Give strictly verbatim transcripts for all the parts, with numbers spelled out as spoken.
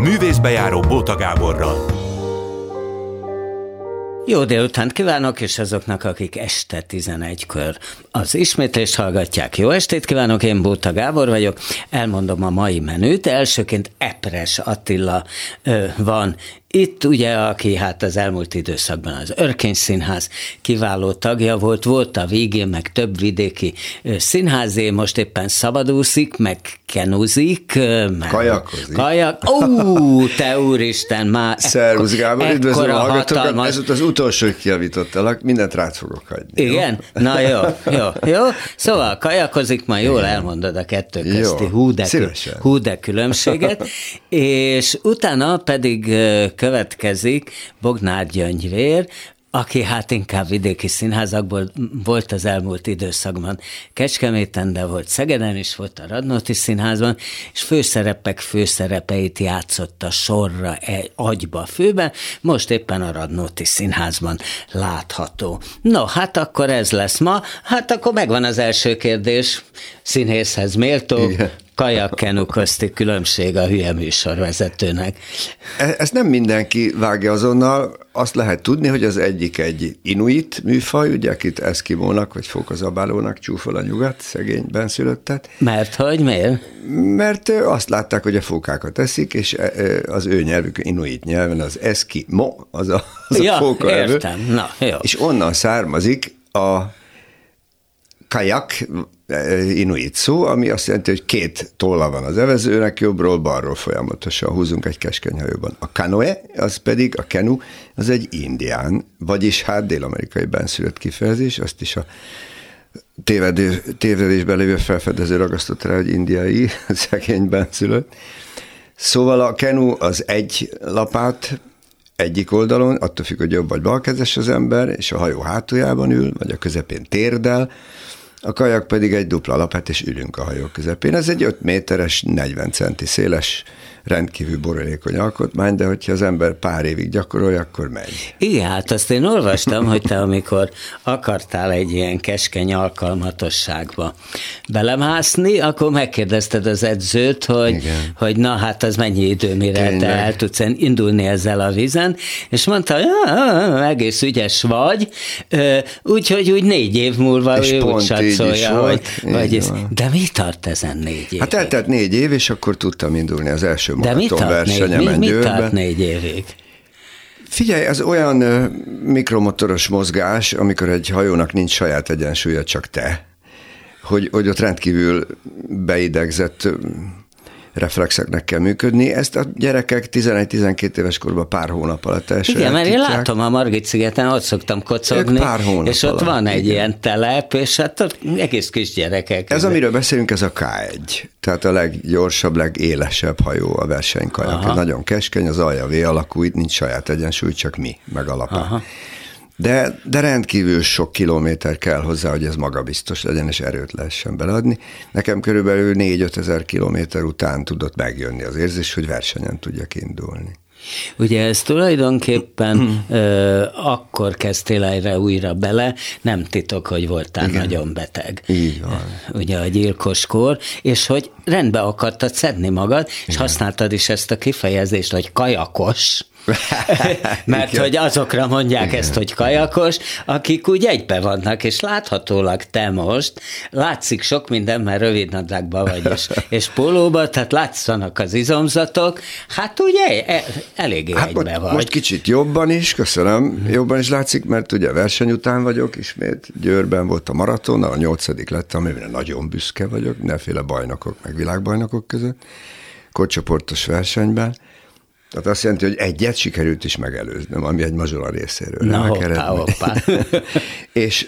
Művészbejáró Bóta Gáborral. Jó délutánt kívánok, és azoknak, akik este tizenegykor az ismétlést hallgatják. Jó estét kívánok, én Bóta Gábor vagyok. Elmondom a mai menüt. Elsőként Epres Attila ö, van itt, ugye, aki hát az elmúlt időszakban az Örkény Színház kiváló tagja volt, volt a végén, meg több vidéki színházé, most éppen szabadúszik, meg kenuzik, meg kajakozik. Kajak. Ó, te úristen, már Szervusz Gábor, üdvözlöm a hallgatókat, hatalmas... ez az utolsó, hogy kijavítottalak, mindent rád fogok hagyni. Igen? Jó? Na jó, jó, jó. Szóval kajakozik, majd jól elmondod a kettő közti hú de, hú de különbséget, és utána pedig következik Bognár Gyöngyvér, aki hát inkább vidéki színházakból volt az elmúlt időszakban. Kecskeméten, de volt Szegeden is, volt a Radnóti Színházban, és főszerepek főszerepeit játszotta sorra, egy agyba, főbe, most éppen a Radnóti Színházban látható. No, hát akkor ez lesz ma, hát akkor megvan az első kérdés, színészhez méltó, igen. Kajak-kenu közti különbség a hülye műsorvezetőnek. Ezt nem mindenki vágja azonnal, azt lehet tudni, hogy az egyik egy inuit műfaj, ugye, akit eszkimónak vagy fókazabálónak csúfol a nyugat, szegény benszülöttet. Mert hogy miért? Mert azt látták, hogy a fókákat eszik, és az ő nyelvük inuit nyelven az eszkimo, az a, az ja, a fókaevő. Értem, na jó. És onnan származik a kajak, inuit szó, ami azt jelenti, hogy két tolla van az evezőnek, jobbról, balról folyamatosan húzunk egy keskeny hajóban. A kanoe, az pedig, a kenu, az egy indián, vagyis hát dél-amerikai benszülött kifejezés, azt is a tévedő, tévedésben lévő felfedező ragasztott rá, hogy indiai, szegény benszülött. Szóval a kenu az egy lapát, egyik oldalon, attól függ, hogy jobb vagy balkezes az ember, és a hajó hátuljában ül, vagy a közepén térdel, a kajak pedig egy dupla lapát, és ülünk a hajó közepén. Ez egy öt méteres, negyven centi széles, rendkívül borulékony alkotmány, de hogyha az ember pár évig gyakorolja, akkor megy. Igen, hát azt én olvastam, hogy te amikor akartál egy ilyen keskeny alkalmatosságba belemászni, akkor megkérdezted az edzőt, hogy, hogy na hát az mennyi idő, mire Tényleg. te el tudsz indulni ezzel a vízen, és mondta, hogy egész ügyes vagy, úgyhogy úgy négy év múlva és ő úgy satszolja, hogy, hogy de mi tart ezen négy év? Hát eltelt négy év, és akkor tudtam indulni az első maratonversenyemen mi, mi Győrben. tart négy évig? Figyelj, az olyan mikromotoros mozgás, amikor egy hajónak nincs saját egyensúlya, csak te, hogy, hogy ott rendkívül beidegzett reflexeknek kell működni. Ezt a gyerekek tizenegy-tizenkét éves korban pár hónap alatt elsajátítják. Igen, mert én látom a Margit-szigeten, ott szoktam kocogni, és ott van egy igen. ilyen telep, és hát ott egész kis gyerekek. Ez, amiről beszélünk, ez a ká egy, tehát a leggyorsabb, legélesebb hajó a versenykajak. Ez nagyon keskeny, az alja V alakú, itt nincs saját egyensúly, csak mi, meg a lapá. De, de rendkívül sok kilométer kell hozzá, hogy ez magabiztos legyen, és erőt lehessen beleadni. Nekem körülbelül négy-öt ezer kilométer után tudott megjönni az érzés, hogy versenyen tudjak indulni. Ugye ez tulajdonképpen ö, akkor kezdtél erre újra bele, nem titok, hogy voltál Igen. nagyon beteg. Így van. Ugye a gyilkoskor, és hogy rendbe akartad szedni magad, és Igen. használtad is ezt a kifejezést, hogy kajakos, mert Igen. hogy azokra mondják Igen. ezt, hogy kajakos, akik úgy egybe vannak, és láthatólag te most, látszik sok minden, mert rövidnadrágban vagy, és, és pólóban, tehát látszanak az izomzatok, hát ugye e, eléggé hát egybe most, vagy. Most kicsit jobban is, köszönöm, jobban is látszik, mert ugye verseny után vagyok, ismét Győrben volt a maraton, a nyolcadik lettem, amire nagyon büszke vagyok, mindenféle bajnokok, meg világbajnokok között, korcsoportos versenyben. Tehát azt jelenti, hogy egyet sikerült is megelőznöm, ami egy mazsola részéről. Na hoppá, hoppá. és,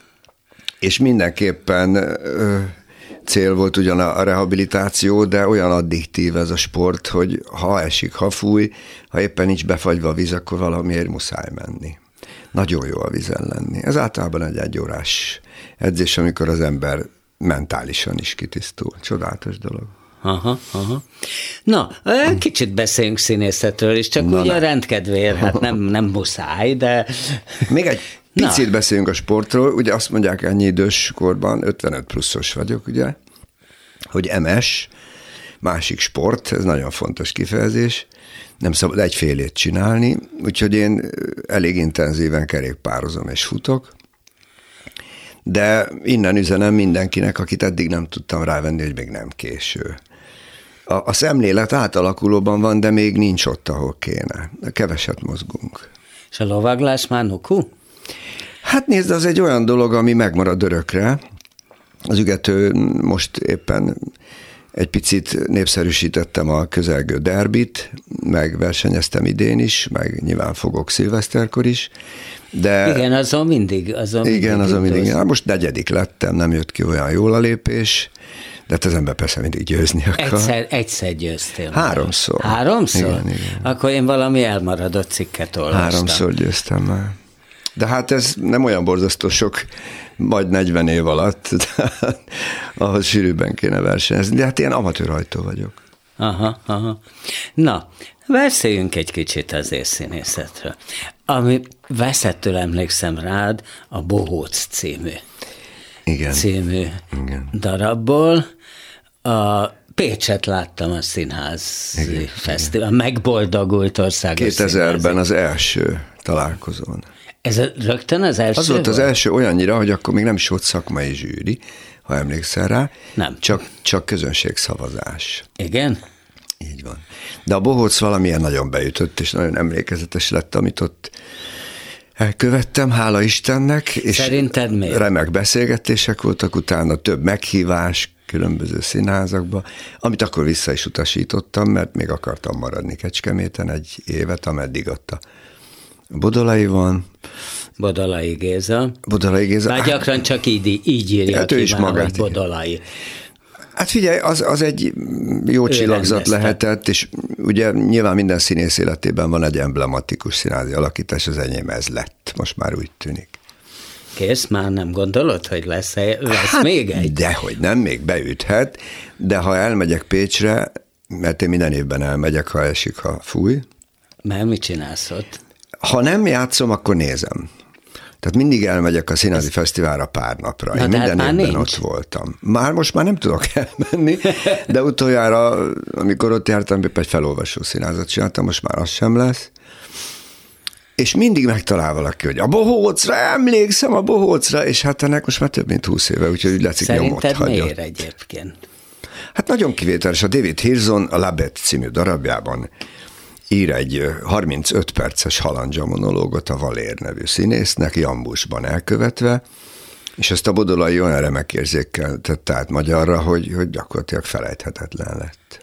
és mindenképpen ö, cél volt ugyan a, a rehabilitáció, de olyan addiktív ez a sport, hogy ha esik, ha fúj, ha éppen nincs befagyva a víz, akkor valamiért muszáj menni. Nagyon jó a vízen lenni. Ez általában egy egyórás edzés, amikor az ember mentálisan is kitisztul. Csodálatos dolog. Aha, aha. Na, kicsit beszéljünk színészetről is, csak Na, úgy na. a rendkedvéért, hát nem, nem muszáj, de... Még egy picit Na. beszéljünk a sportról, ugye azt mondják ennyi idős korban, ötvenöt pluszos vagyok, ugye, hogy em es, másik sport, ez nagyon fontos kifejezés, nem szabad egyfélét csinálni, úgyhogy én elég intenzíven kerékpározom és futok, de innen üzenem mindenkinek, akit eddig nem tudtam rávenni, hogy még nem késő. A, a szemlélet átalakulóban van, de még nincs ott, ahol kéne. De keveset mozgunk. És a lovaglás már nuku? Hát nézd, az egy olyan dolog, ami megmarad örökre. Az ügető most éppen egy picit népszerűsítettem a közelgő derbit, meg versenyeztem idén is, meg nyilván fogok szilveszterkor is. De igen, azon mindig. Azon igen, mindig azon mindig. Hát most negyedik lettem, nem jött ki olyan jól a lépés, de hát az ember persze mindig győzni akar. Egyszer, egyszer győztél. Háromszor. Már. Háromszor? Igen, igen. Akkor én valami elmaradott cikket olvastam. Háromszor győztem már. De hát ez nem olyan borzasztó sok, majd negyven év alatt, ahhoz sűrűbben kéne versenyezni. De hát én amatőrhajtó vagyok. Aha, aha. Na, beszéljünk egy kicsit az érszínészetről. Ami veszettől emlékszem rád, a Bohóc című, Igen. című Igen. darabból. A Pécset láttam a színházi fesztivál, megboldogult országos kétezerben az első találkozón. Ez rögtön az első Az volt az volt? első olyannyira, hogy akkor még nem is volt szakmai zsűri, ha emlékszel rá. Nem. Csak, csak közönségszavazás. Igen? Így van. De a Bohóc valamilyen nagyon beütött, és nagyon emlékezetes lett, amit ott elkövettem, hála Istennek. És szerinted miért? Remek beszélgetések voltak, utána több meghívás különböző színházakba, amit akkor vissza is utasítottam, mert még akartam maradni Kecskeméten egy évet, ameddig ott a Bodolai van. Bodolai Géza. Bodolai Géza. Bár gyakran csak így, így írja hát ki ő is már, magát hogy Bodolai. Hát figyelj, az, az egy jó ő csillagzat rendezte. lehetett, és ugye nyilván minden színész életében van egy emblematikus színházi alakítás, az enyém ez lett, most már úgy tűnik. Kész, már nem gondolod, hogy lesz, lesz hát, még egy? Dehogy nem, még beüthet, de ha elmegyek Pécsre, mert én minden évben elmegyek, ha esik, ha fúj. Mert mit csinálsz ott? Ha nem játszom, akkor nézem. Tehát mindig elmegyek a színházi Ez... fesztiválra pár napra. Na, én minden évben nincs. ott voltam. Már most már nem tudok elmenni, de utoljára, amikor ott jártam, egy felolvasó színházat csináltam, most már az sem lesz. És mindig megtalál valaki, hogy a Bohócra, emlékszem a Bohócra, és hát ennek most már több mint húsz éve, úgyhogy úgy látszik, nyomot hagyja. Szerinted miért egyébként? Hát nagyon kivételes. A David Hirzon a Labet című darabjában ír egy harmincöt perces halandzsa monológot a Valér nevű színésznek, jambusban elkövetve, és ezt a Bodolai olyan remek érzékkel tette át magyarra, hogy, hogy gyakorlatilag felejthetetlen lett.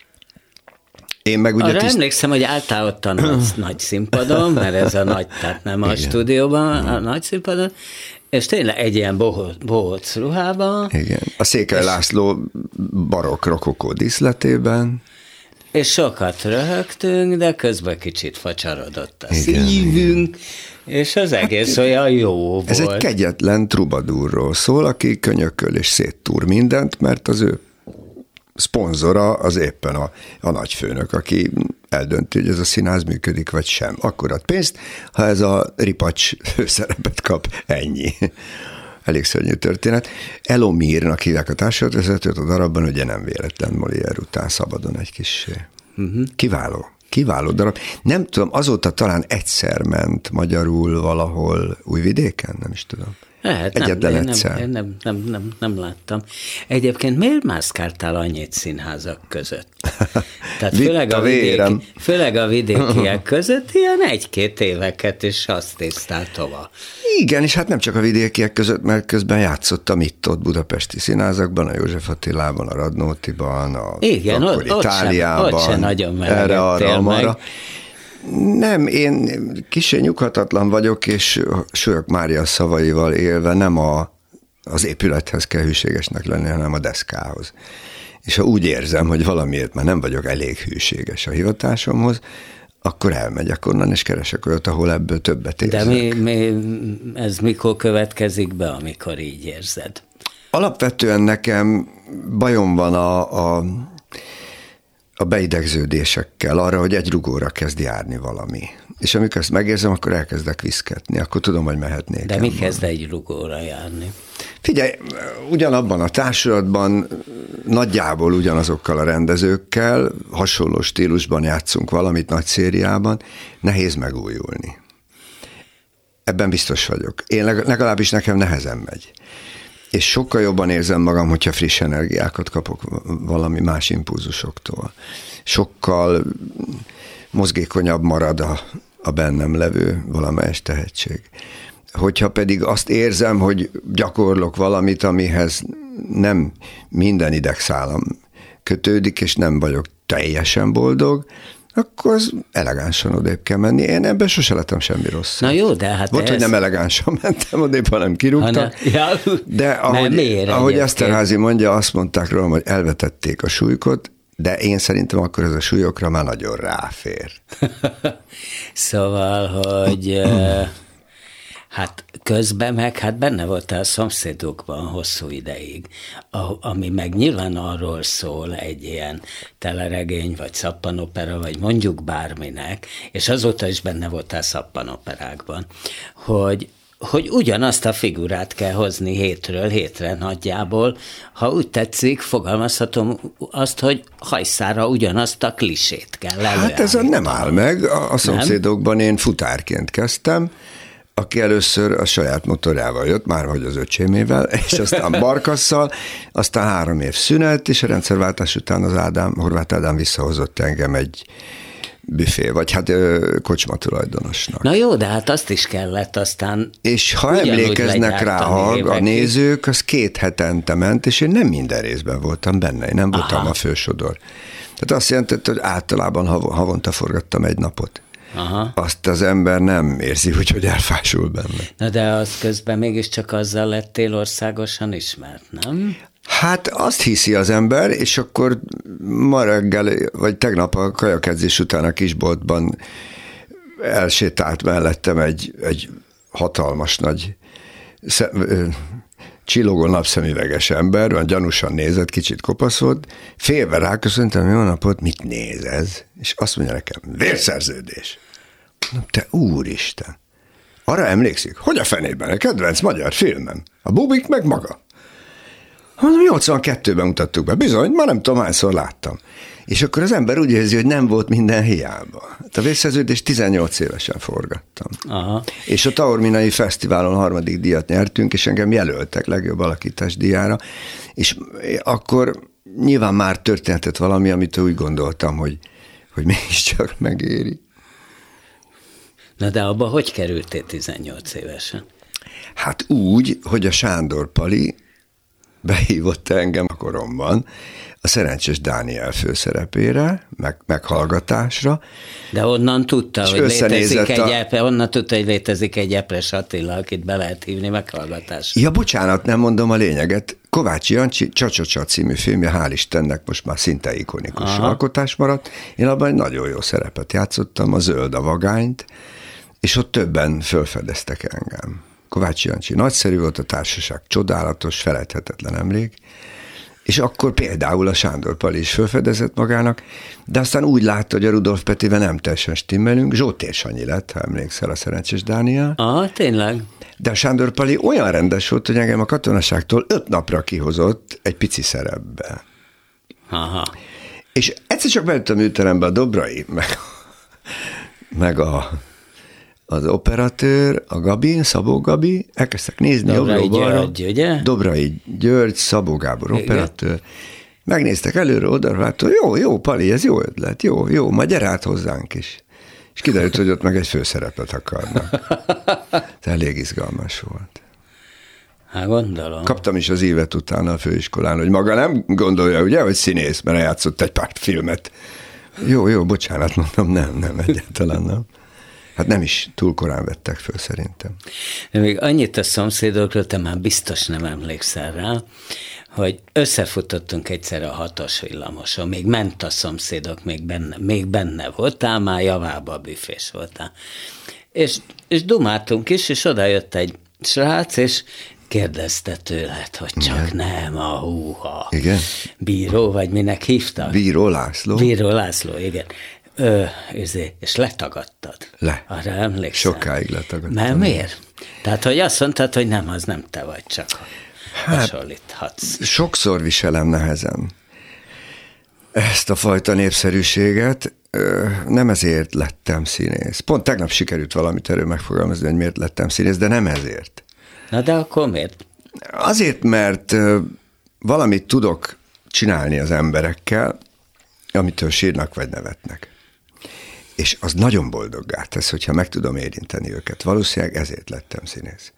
Én meg ugye Arra tiszt... emlékszem, hogy álltál ott a nagy, nagy színpadon, mert ez a nagy, tehát nem a Igen. stúdióban, a nagy színpadon, és tényleg egy ilyen bohóc ruhában. Igen. A Székely és... László barokk rokokó díszletében. És sokat röhögtünk, de közben kicsit facsarodott a Igen, szívünk, és az egész hát, olyan jó volt. Ez egy kegyetlen trubadúrról szól, aki könyököl és széttúr mindent, mert az ő szponzora az éppen a, a nagyfőnök, aki eldönti, hogy ez a színház működik, vagy sem. Akkor ad pénzt, ha ez a ripacs főszerepet kap, ennyi. Elég szörnyű történet. Elomírnak hívják a társulatvezetőt a darabban, ugye nem véletlen Molière után szabadon egy kissé. Uh-huh. Kiváló. Kiváló darab. Nem tudom, azóta talán egyszer ment magyarul valahol Újvidéken, nem is tudom. Lehet, Egyetlen nem, egyszer. Nem, nem, nem, nem, nem láttam. Egyébként miért mászkáltál annyit színházak között? Tehát főleg a, vidéki, főleg a vidékiek között ilyen egy-két éveket, és azt tésztál tovább. Igen, és hát nem csak a vidékiek között, mert közben játszottam itt-ott budapesti színházakban, a József Attilában, a Radnótiban, a Igen, akkor ott, Itáliában. Ott sem, ott sem nagyon melegettél erre, arra, meg. Arra. Nem, én kissé nyughatatlan vagyok, és Sők Mária szavaival élve nem a, az épülethez kell hűségesnek lenni, hanem a deszkához. És ha úgy érzem, hogy valamiért már nem vagyok elég hűséges a hivatásomhoz, akkor elmegyek onnan, és keresek olyat, ahol ebből többet érzek. De mi, mi, ez mikor következik be, amikor így érzed? Alapvetően nekem bajom van a, a a beidegződésekkel arra, hogy egy rugóra kezd járni valami. És amikor ezt megérzem, akkor elkezdek viszketni, akkor tudom, hogy mehetnék. De mi kezd egy rugóra járni? Figyelj, ugyanabban a társulatban nagyjából ugyanazokkal a rendezőkkel, hasonló stílusban játszunk valamit nagy szériában, nehéz megújulni. Ebben biztos vagyok. Én legalábbis nekem nehezen megy. És sokkal jobban érzem magam, hogyha friss energiákat kapok valami más impulzusoktól. Sokkal mozgékonyabb marad a, a bennem levő valamelyes tehetség. Hogyha pedig azt érzem, hogy gyakorlok valamit, amihez nem minden idegszálam kötődik, és nem vagyok teljesen boldog, akkor az elegánsan odébb kell menni. Én ebben sose lettem semmi rossz. Na jó, de hát volt, ez... hogy nem elegánsan mentem odébb, hanem kirúgtak. Ja, de ahogy, ahogy Eszterházy mondja, azt mondták rólam, hogy elvetették a súlykot, de én szerintem akkor ez a súlyokra már nagyon ráfér. Szóval, hogy hát közben meg hát benne voltál a Szomszédokban hosszú ideig, ami meg nyilván arról szól egy ilyen teleregény, vagy szappanopera, vagy mondjuk bárminek, és azóta is benne voltál szappanoperákban, hogy hogy ugyanazt a figurát kell hozni hétről hétre nagyjából, ha úgy tetszik, fogalmazhatom azt, hogy hajszára ugyanazt a klisét kell előállítani. Hát ez nem áll meg. A, a Szomszédokban én futárként kezdtem, aki először a saját motorjával jött, már vagy az öcsémével, és aztán Barkasszal, aztán három év szünet, és a rendszerváltás után az Ádám, Horváth Ádám visszahozott engem egy büfé, vagy hát kocsma tulajdonosnak. Na jó, de hát azt is kellett aztán. És ha emlékeznek rá a, a nézők, az két hetente ment, és én nem minden részben voltam benne, én nem voltam Aha. a fősodor. Tehát azt jelentette, hogy általában havonta forgattam egy napot. Aha. Azt az ember nem érzi, hogy, hogy elfásul benne. Na de az közben mégiscsak azzal lettél országosan ismert, nem? Hát azt hiszi az ember, és akkor ma reggel, vagy tegnap a kajakedzés után a kisboltban elsétált mellettem egy, egy hatalmas nagy szem, ö, csillogó napszemüveges ember, olyan gyanúsan nézett, kicsit kopasz volt, félve ráköszöntem, jó napot, mit néz ez? És azt mondja nekem, vérszerződés. Na, te úristen! Arra emlékszik? Hogy a fenében? A kedvenc magyar filmem. A Bubik meg maga. Mondom, nyolcvankettőben mutattuk be. Bizony, már nem tudom, hányszor láttam. És akkor az ember úgy érzi, hogy nem volt minden hiába. A vérszerződést tizennyolc évesen forgattam. Aha. És a Taorminai Fesztiválon harmadik díjat nyertünk, és engem jelöltek legjobb alakítás díjára, és akkor nyilván már történhetett valami, amit úgy gondoltam, hogy, hogy mégiscsak megéri. Na de abba hogy kerültél tizennyolc évesen? Hát úgy, hogy a Sándor Pali behívott engem a koromban a Szerencsés Dániel főszerepére, meg, meghallgatásra. De onnan tudta, hogy létezik egy, a... epre, onnan tudta, hogy létezik egy Epres Attila, akit be lehet hívni meghallgatásra. Ja, bocsánat, nem mondom a lényeget. Kovács Jancsi Csacsacsa című filmje, hál' Istennek most már szinte ikonikus Aha. alkotás maradt. Én abban egy nagyon jó szerepet játszottam, a Zöld a vagányt, és ott többen felfedeztek engem. Kovács Jancsi nagyszerű volt, a társaság csodálatos, felejthetetlen emlék, és akkor például a Sándor Pali is felfedezett magának, de aztán úgy látta, hogy a Rudolf Petivel nem teljesen stimmelünk, Zsótér Sanyi lett, ha emlékszel, a Szerencsés Dániel. Ah, tényleg? De a Sándor Pali olyan rendes volt, hogy engem a katonaságtól öt napra kihozott egy pici szerepbe. Aha. És egyszer csak bejöttem műterembe a Dobrai, meg, meg a az operatőr, a Gabi, Szabó Gabi, elkezdtek nézni jobbra-balra. György, Dobrai György, Szabó Gábor operatőr. Megnéztek előre, oda, jó, jó, Pali, ez jó ötlet, jó, jó, majd gyere át hozzánk is. És kiderült, hogy ott meg egy főszerepet akarnak. Ez elég izgalmas volt. Hát gondolom. Kaptam is az évet utána a főiskolán, hogy maga nem gondolja, ugye, hogy színész, mert eljátszott egy pár filmet. Jó, jó, bocsánat, mondom, nem, nem, egyáltalán nem. Hát nem is túl korán vettek föl szerintem. De még annyit a Szomszédokról, te már biztos nem emlékszel rá, hogy összefutottunk egyszer a hatos villamoson, még ment a Szomszédok, még benne, még benne voltál, már javába büfés voltál. És, és dumáltunk is, és oda jött egy srác, és kérdezte tőled, hogy csak igen. nem a húha. Igen. Bíró, vagy minek hívtak? Bíró László. Bíró László, igen. Ö, és letagadtad. Le. Arra emlékszem. Sokáig letagadtam. Mert miért? Tehát, hogy azt mondtad, hogy nem, az nem te vagy, csak hát, hasonlíthatsz. Sokszor viselem nehezen ezt a fajta népszerűséget, nem ezért lettem színész. Pont tegnap sikerült valamit erről megfogalmazni, hogy miért lettem színész, de nem ezért. Na de akkor miért? Azért, mert valamit tudok csinálni az emberekkel, amitől sírnak vagy nevetnek. És az nagyon boldoggá tesz, hogyha meg tudom érinteni őket. Valószínűleg ezért lettem színész.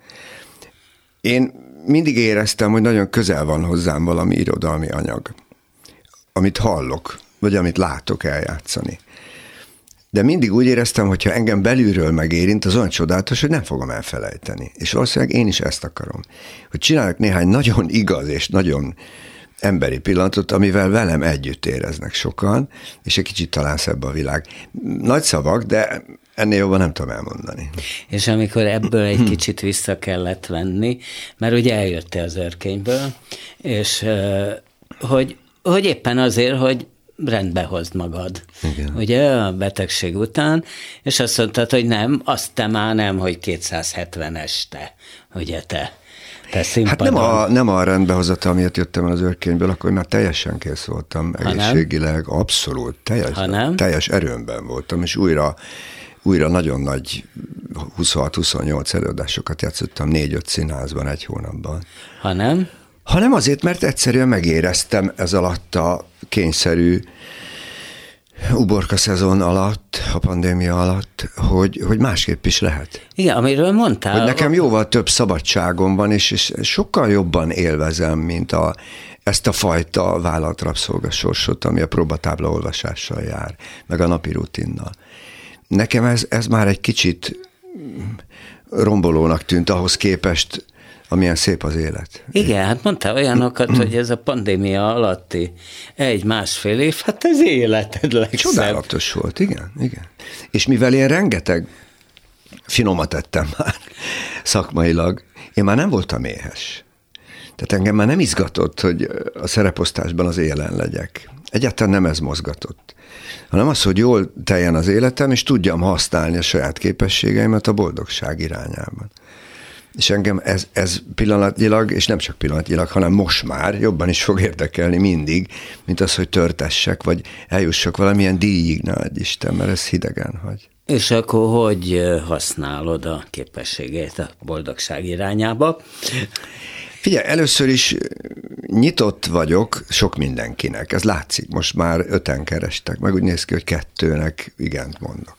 Én mindig éreztem, hogy nagyon közel van hozzám valami irodalmi anyag, amit hallok, vagy amit látok eljátszani. De mindig úgy éreztem, hogy ha engem belülről megérint, az olyan csodálatos, hogy nem fogom elfelejteni. És valószínűleg én is ezt akarom. Hogy csinálok néhány nagyon igaz és nagyon emberi pillanatot, amivel velem együtt éreznek sokan, és egy kicsit talán szebb a világ. Nagy szavak, de ennél jobban nem tudom elmondani. És amikor ebből egy kicsit vissza kellett venni, mert ugye eljöttél az Örkényből, és hogy, hogy éppen azért, hogy rendbe hozd magad. Igen. Ugye a betegség után, és azt mondtad, hogy nem, azt te már nem, hogy kétszázhetvenes te, ugye te. Hát nem a, nem a rendbehozatal miatt jöttem el az Örkényből, akkor már teljesen kész voltam egészségileg, abszolút, teljes, teljes erőmben voltam, és újra, újra nagyon nagy huszonhat-huszonnyolc előadásokat játszottam négy-öt színházban egy hónapban. Ha nem? Hanem azért, mert egyszerűen megéreztem ez alatt a kényszerű uborka szezon alatt, a pandémia alatt, hogy, hogy másképp is lehet. Igen, amiről mondtál. Hogy nekem jóval több szabadságom van, és, és sokkal jobban élvezem, mint a, ezt a fajta vállalatrabszolgasorsot, ami a próbatábla olvasással jár, meg a napi rutinnal. Nekem ez, ez már egy kicsit rombolónak tűnt ahhoz képest, amilyen szép az élet. Igen, hát mondtál olyanokat, hogy ez a pandémia alatti egy-másfél év, hát ez életed legszebb. Csodálatos volt, igen, igen. És mivel én rengeteg finomat ettem már szakmailag, én már nem voltam éhes. Tehát engem már nem izgatott, hogy a szereposztásban az élen legyek. Egyáltalán nem ez mozgatott, hanem az, hogy jól teljen az életem, és tudjam használni a saját képességeimet a boldogság irányában. És engem ez, ez pillanatnyilag, és nem csak pillanatnyilag, hanem most már jobban is fog érdekelni mindig, mint az, hogy törtessek, vagy eljussak valamilyen díjig, ne adj Isten, mert ez hidegen hagy. És akkor hogy használod a képességét a boldogság irányába? Figyelj, először is nyitott vagyok sok mindenkinek, ez látszik, most már öten kerestek, meg úgy néz ki, hogy kettőnek igent mondok.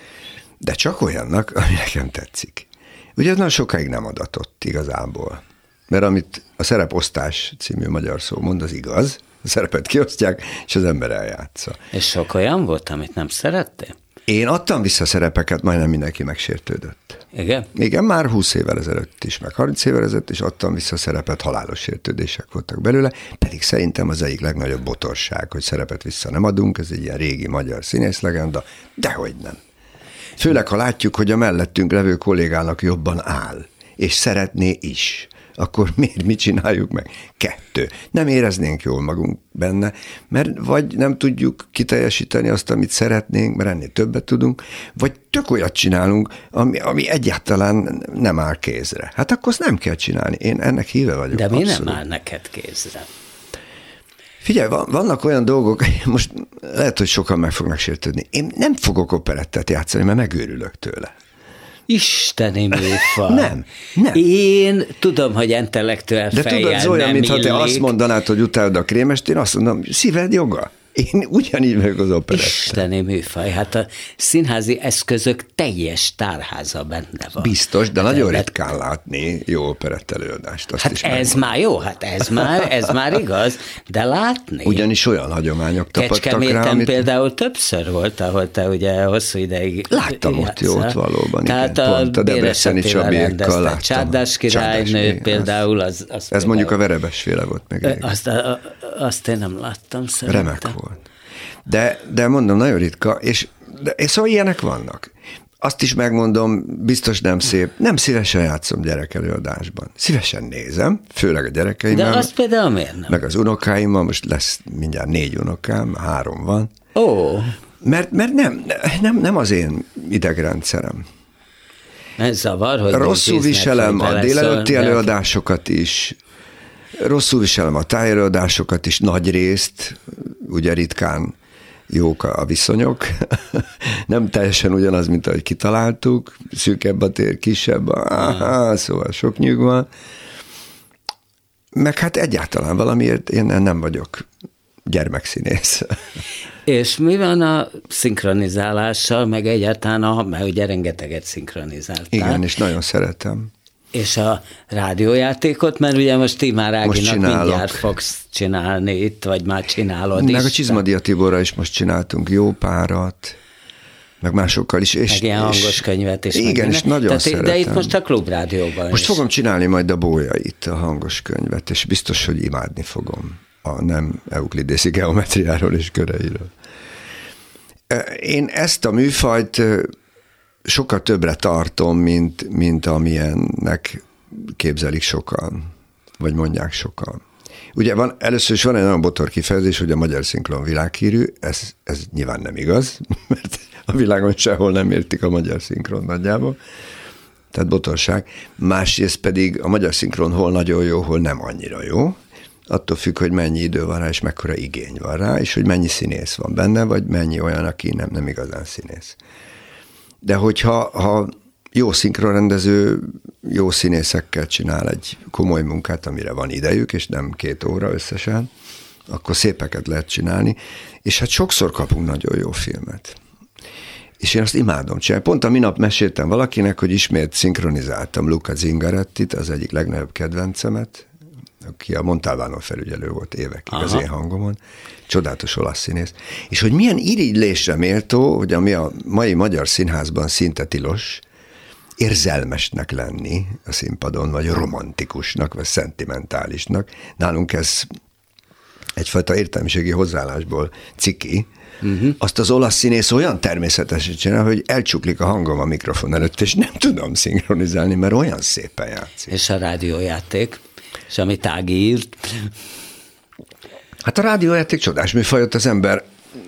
De csak olyannak, ami nekem tetszik. Ugye ez nagyon sokáig nem adatott igazából, mert amit a Szereposztás című magyar szó mond, az igaz, a szerepet kiosztják, és az ember eljátsza. És sok olyan volt, amit nem szerettél? Én adtam vissza szerepeket, majdnem mindenki megsértődött. Igen? Igen, már húsz évvel ezelőtt is, meg harminc évvel ezelőtt is adtam vissza szerepet, halálos sértődések voltak belőle, pedig szerintem az egyik legnagyobb botorság, hogy szerepet vissza nem adunk, ez egy ilyen régi magyar színészlegenda, dehogy nem. Főleg, ha látjuk, hogy a mellettünk levő kollégának jobban áll, és szeretné is, akkor miért mit csináljuk meg? Kettő. Nem éreznénk jól magunk benne, mert vagy nem tudjuk kiteljesíteni azt, amit szeretnénk, mert ennél többet tudunk, vagy tök olyat csinálunk, ami, ami egyáltalán nem áll kézre. Hát akkor azt nem kell csinálni. Én ennek híve vagyok. De mi abszolút. Nem áll neked kézre? Figyelj, vannak olyan dolgok, most lehet, hogy sokan meg fognak sértődni. Én nem fogok operettet játszani, mert megőrülök tőle. Isteni műfaj. Nem, nem. Én tudom, hogy intellektuál fejjel nem illik. De tudod, olyan, mintha te azt mondanád, hogy utálod a krémest, én azt mondom, szíved joga. Én ugyanígy vagyok az operettel. Isteni műfaj, hát a színházi eszközök teljes tárháza benne van. Biztos, de nagyon ritkán látni jó operett előadást. Azt hát is ez megmondom. már jó, hát ez már, ez már igaz, de látni. Ugyanis olyan hagyományok tapadtak rá, Kecskeméten amit... például többször volt, ahol te ugye hosszú ideig láttam ott jót valóban. Tehát igen, a, pont a Debreceni Csabékkal láttam. Csárdás királynő például. Az, az ez például, mondjuk a Verebesféle volt meg. Azt, a, azt én nem láttam szerintem. Remek volt. De, de mondom, nagyon ritka, és, de, és szóval ilyenek vannak. azt is megmondom, biztos nem szép, nem szívesen játszom gyerekelőadásban. Szívesen nézem, főleg a gyerekeimmel. De azt például miért nem? Meg az unokáimmal, most lesz mindjárt négy unokám, három van. Ó. Mert, mert nem, nem, nem az én idegrendszerem. Ez zavar, hogy rosszul viselem a délelőtti előadásokat is, rosszul viselem a tájjelöadásokat is, nagy részt, ugye ritkán jók a viszonyok. Nem teljesen ugyanaz, mint ahogy kitaláltuk, szűkebb a tér, kisebb, aha, szóval sok nyűg van. Meg hát egyáltalán valamiért én nem vagyok gyermekszínész. És mi van a szinkronizálással, meg egyáltalán, a, mert ugye rengeteget szinkronizáltál. Igen, és nagyon szeretem. És a rádiójátékot, mert ugye most ti már Áginak mindjárt fogsz csinálni itt, vagy már csinálod meg is. A Csizmadia Tiborra is most csináltunk jó párat, meg másokkal is. És, meg ilyen hangos könyvet is. Igen, és nagyon Tehát, szeretem. De itt most a Klubrádióban Most is. fogom csinálni majd a Bójait, a hangos könyvet, és biztos, hogy imádni fogom a nem euklidészi geometriáról és köreiről. Én ezt a műfajt sokkal többre tartom, mint, mint amilyennek képzelik sokan, vagy mondják sokan. Ugye van, először is van egy nagyon botor kifejezés, hogy a magyar szinkron világhírű, ez, ez nyilván nem igaz, mert a világon sehol nem értik a magyar szinkron nagyjából, tehát botorság. Másrészt pedig a magyar szinkron hol nagyon jó, hol nem annyira jó, attól függ, hogy mennyi idő van rá, és mekkora igény van rá, és hogy mennyi színész van benne, vagy mennyi olyan, aki nem, nem igazán színész. De hogyha ha jó szinkronrendező, jó színészekkel csinál egy komoly munkát, amire van idejük, és nem két óra összesen, akkor szépeket lehet csinálni, és hát sokszor kapunk nagyon jó filmet. És én azt imádom csinálni. Pont a minap meséltem valakinek, hogy ismét szinkronizáltam Luca Zingarettit, az egyik legnagyobb kedvencemet, aki a Montalbano felügyelő volt évekig Aha. az én hangomon, csodálatos olasz színész, és hogy milyen irigylésre méltó, hogy ami a mai magyar színházban szinte tilos, érzelmesnek lenni a színpadon, vagy romantikusnak, vagy szentimentálisnak. Nálunk ez egyfajta értelmiségi hozzáállásból ciki, uh-huh. azt az olasz színész olyan természetesen csinál, hogy elcsuklik a hangom a mikrofon előtt, és nem tudom szinkronizálni, mert olyan szépen játszik. És a rádiójáték, és amit Ági írt. Hát a rádiójáték csodás műfajot, az ember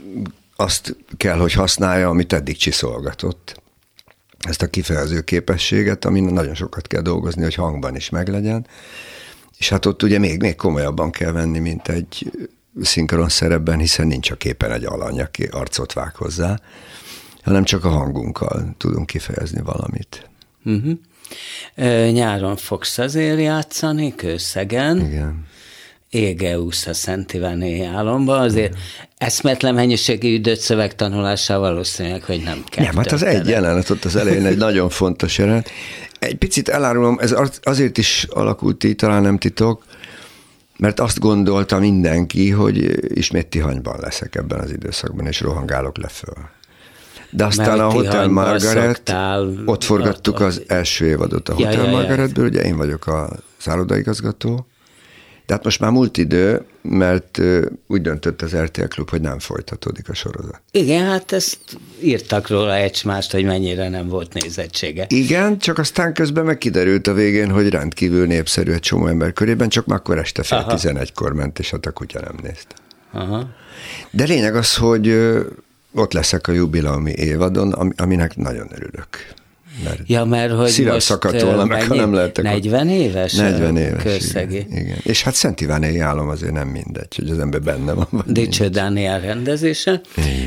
azt kell, hogy használja, amit eddig csiszolgatott. Ezt a kifejező képességet, amin nagyon sokat kell dolgozni, hogy hangban is meglegyen. És hát ott ugye még, még komolyabban kell venni, mint egy szinkron szerepben, hiszen nincs a képen egy alany, aki arcot vág hozzá, hanem csak a hangunkkal tudunk kifejezni valamit. Uh-huh. E, nyáron fogsz azért játszani, Kőszegen. Igen. Égeusz a Szent Iváné álomba, azért Igen. eszmetlen mennyiségű időt szövegtanulással valószínűleg, hogy nem kell. Nem, hát az egy jelenet ott az elején egy nagyon fontos jelenet. Egy picit elárulom, ez azért is alakult így, talán nem titok, mert azt gondolta mindenki, hogy ismét Tihanyban leszek ebben az időszakban, és rohangálok le föl. De aztán a Hotel Margaret, szoktál, ott forgattuk ott, az első évadot a ja, Hotel ja, Margaretből, ja. Ugye én vagyok a szállodaigazgató, de hát most már múlt idő, mert úgy döntött az er té el Klub, hogy nem folytatódik a sorozat. Igen, hát ezt írtak róla egymást, hogy mennyire nem volt nézettsége. Igen, csak aztán közben meg kiderült a végén, hogy rendkívül népszerű egy csomó ember körében, csak már akkor este fél tizenegykor ment, és hát a kutya nem nézte. Aha. De lényeg az, hogy ott leszek a jubileumi évadon, aminek nagyon örülök. Mert ja, mert hogy szívem szakadt volna meg, ha nem lehetek negyven éves? negyven éves, Kőszegi. Igen, igen. És hát Szent Ivánei álom azért nem mindegy, hogy az ember benne van. Dicső Dániel rendezése.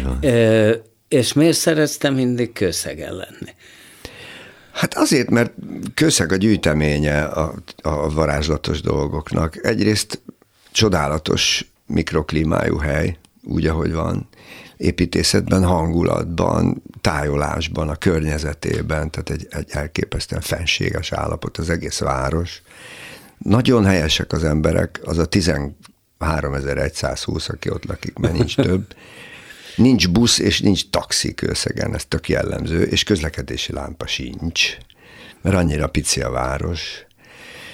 Ö, és miért szereztem mindig Kőszegen lenni? Hát azért, mert Kőszeg a gyűjteménye a, a varázslatos dolgoknak. Egyrészt csodálatos mikroklímájú hely, úgy, ahogy van, építészetben, hangulatban, tájolásban, a környezetében, tehát egy, egy elképesztően fenséges állapot az egész város. Nagyon helyesek az emberek, az a tizenháromezer-százhúsz, aki ott lakik, mert nincs több. Nincs busz és nincs taxi Kőszegen, ez tök jellemző, és közlekedési lámpa sincs, mert annyira pici a város.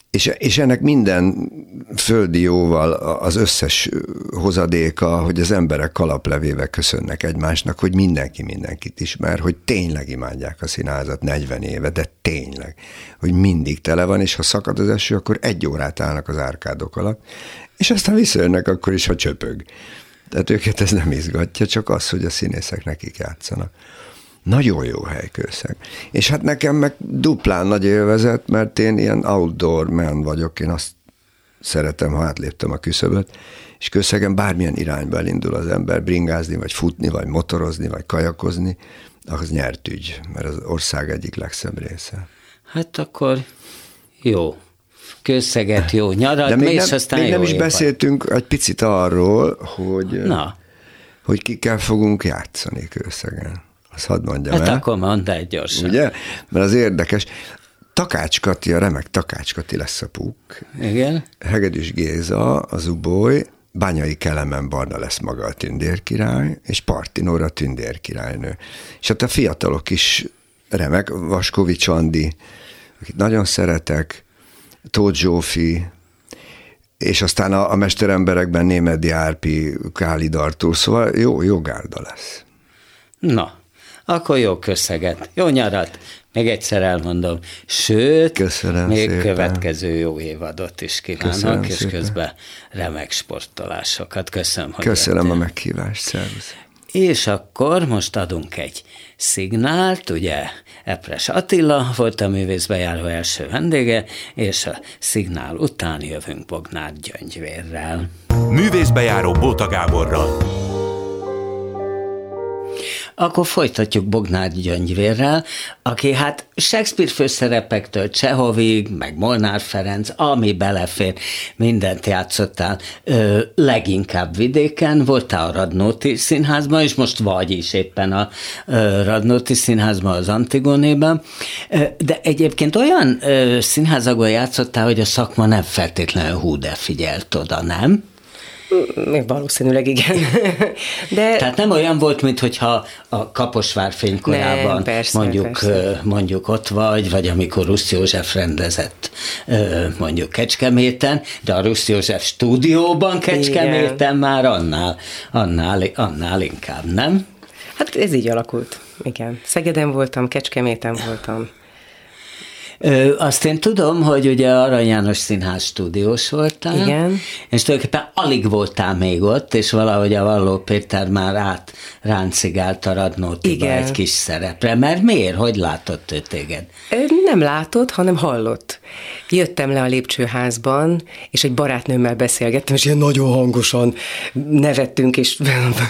És, és ennek minden földi jóval az összes hozadéka, hogy az emberek kalaplevével köszönnek egymásnak, hogy mindenki mindenkit ismer, hogy tényleg imádják a színházat negyven éve, de tényleg, hogy mindig tele van, és ha szakad az eső, akkor egy órát állnak az árkádok alatt, és aztán visszajönnek akkor is, ha csöpög. Tehát őket ez nem izgatja, csak az, hogy a színészek nekik játszanak. Nagyon jó hely Kőszeg. És hát nekem meg duplán nagy élvezet, mert én ilyen outdoor man vagyok, én azt szeretem, ha átléptem a küszöböt, és Kőszegen bármilyen irányba elindul az ember, bringázni, vagy futni, vagy motorozni, vagy kajakozni, az nyert ügy, mert az ország egyik legszebb része. Hát akkor jó. Kőszeget jó nyarat, de még és nem, aztán még jó nem is évad. beszéltünk egy picit arról, hogy, Na. hogy kikkel fogunk játszani Kőszegen. Azt hadd mondjam hát el. akkor mondd el gyorsan. Ugye? Mert az érdekes. Takács Kati, a remek Takács Kati lesz a Puk. Igen. Hegedűs Géza, az Uboly, Bányai Kelemen Barna lesz maga a tündérkirály, és Parti Nóra a tündérkirálynő. És hát a fiatalok is remek, Vaskovics Andi, akit nagyon szeretek, Tóth Zsófi, és aztán a, a mesteremberekben Némedi Árpi, Kálid Artúr, szóval jó, jó gárda lesz. Na, akkor jó Kőszeget, jó nyarat, még egyszer elmondom. Sőt, Köszönöm még szépen. Következő jó évadot is kívánok, Köszönöm és szépen. közben remek sportolásokat. Köszönöm, hogy Köszönöm jöttél. a meghívást, szervusz. És akkor most adunk egy szignált, ugye Epres Attila volt a művészbejáró első vendége, és a szignál után jövünk Bognár Gyöngyvérrel. Művészbejáró Bóta Gáborral. Akkor folytatjuk Bognár Gyöngyvérrel, aki hát Shakespeare főszerepektől Csehovig, meg Molnár Ferenc, ami belefér, mindent játszottál, ö, leginkább vidéken, voltál a Radnóti Színházban, és most vagy is éppen a ö, Radnóti Színházban, az Antigonében, ö, de egyébként olyan ö, színházakban játszottál, hogy a szakma nem feltétlenül hú, de figyelt oda, nem? Még valószínűleg igen. De... Tehát nem olyan volt, mintha a Kaposvár fénykorában nem, persze, mondjuk, persze. mondjuk ott vagy, vagy amikor Rusz József rendezett mondjuk Kecskeméten, de a Rusz József stúdióban Kecskeméten igen. Már annál, annál, annál inkább, nem? Hát ez így alakult, igen. Szegeden voltam, Kecskeméten voltam. Ö, azt én tudom, hogy ugye Arany János Színház stúdiós voltál, igen. És tulajdonképpen alig voltál még ott, és valahogy a Valló Péter már át ráncigált a Radnótiba egy kis szerepre, mert miért? Hogy látott ő téged? Nem látott, hanem hallott. Jöttem le a lépcsőházban, és egy barátnőmmel beszélgettem, és ilyen nagyon hangosan nevettünk, és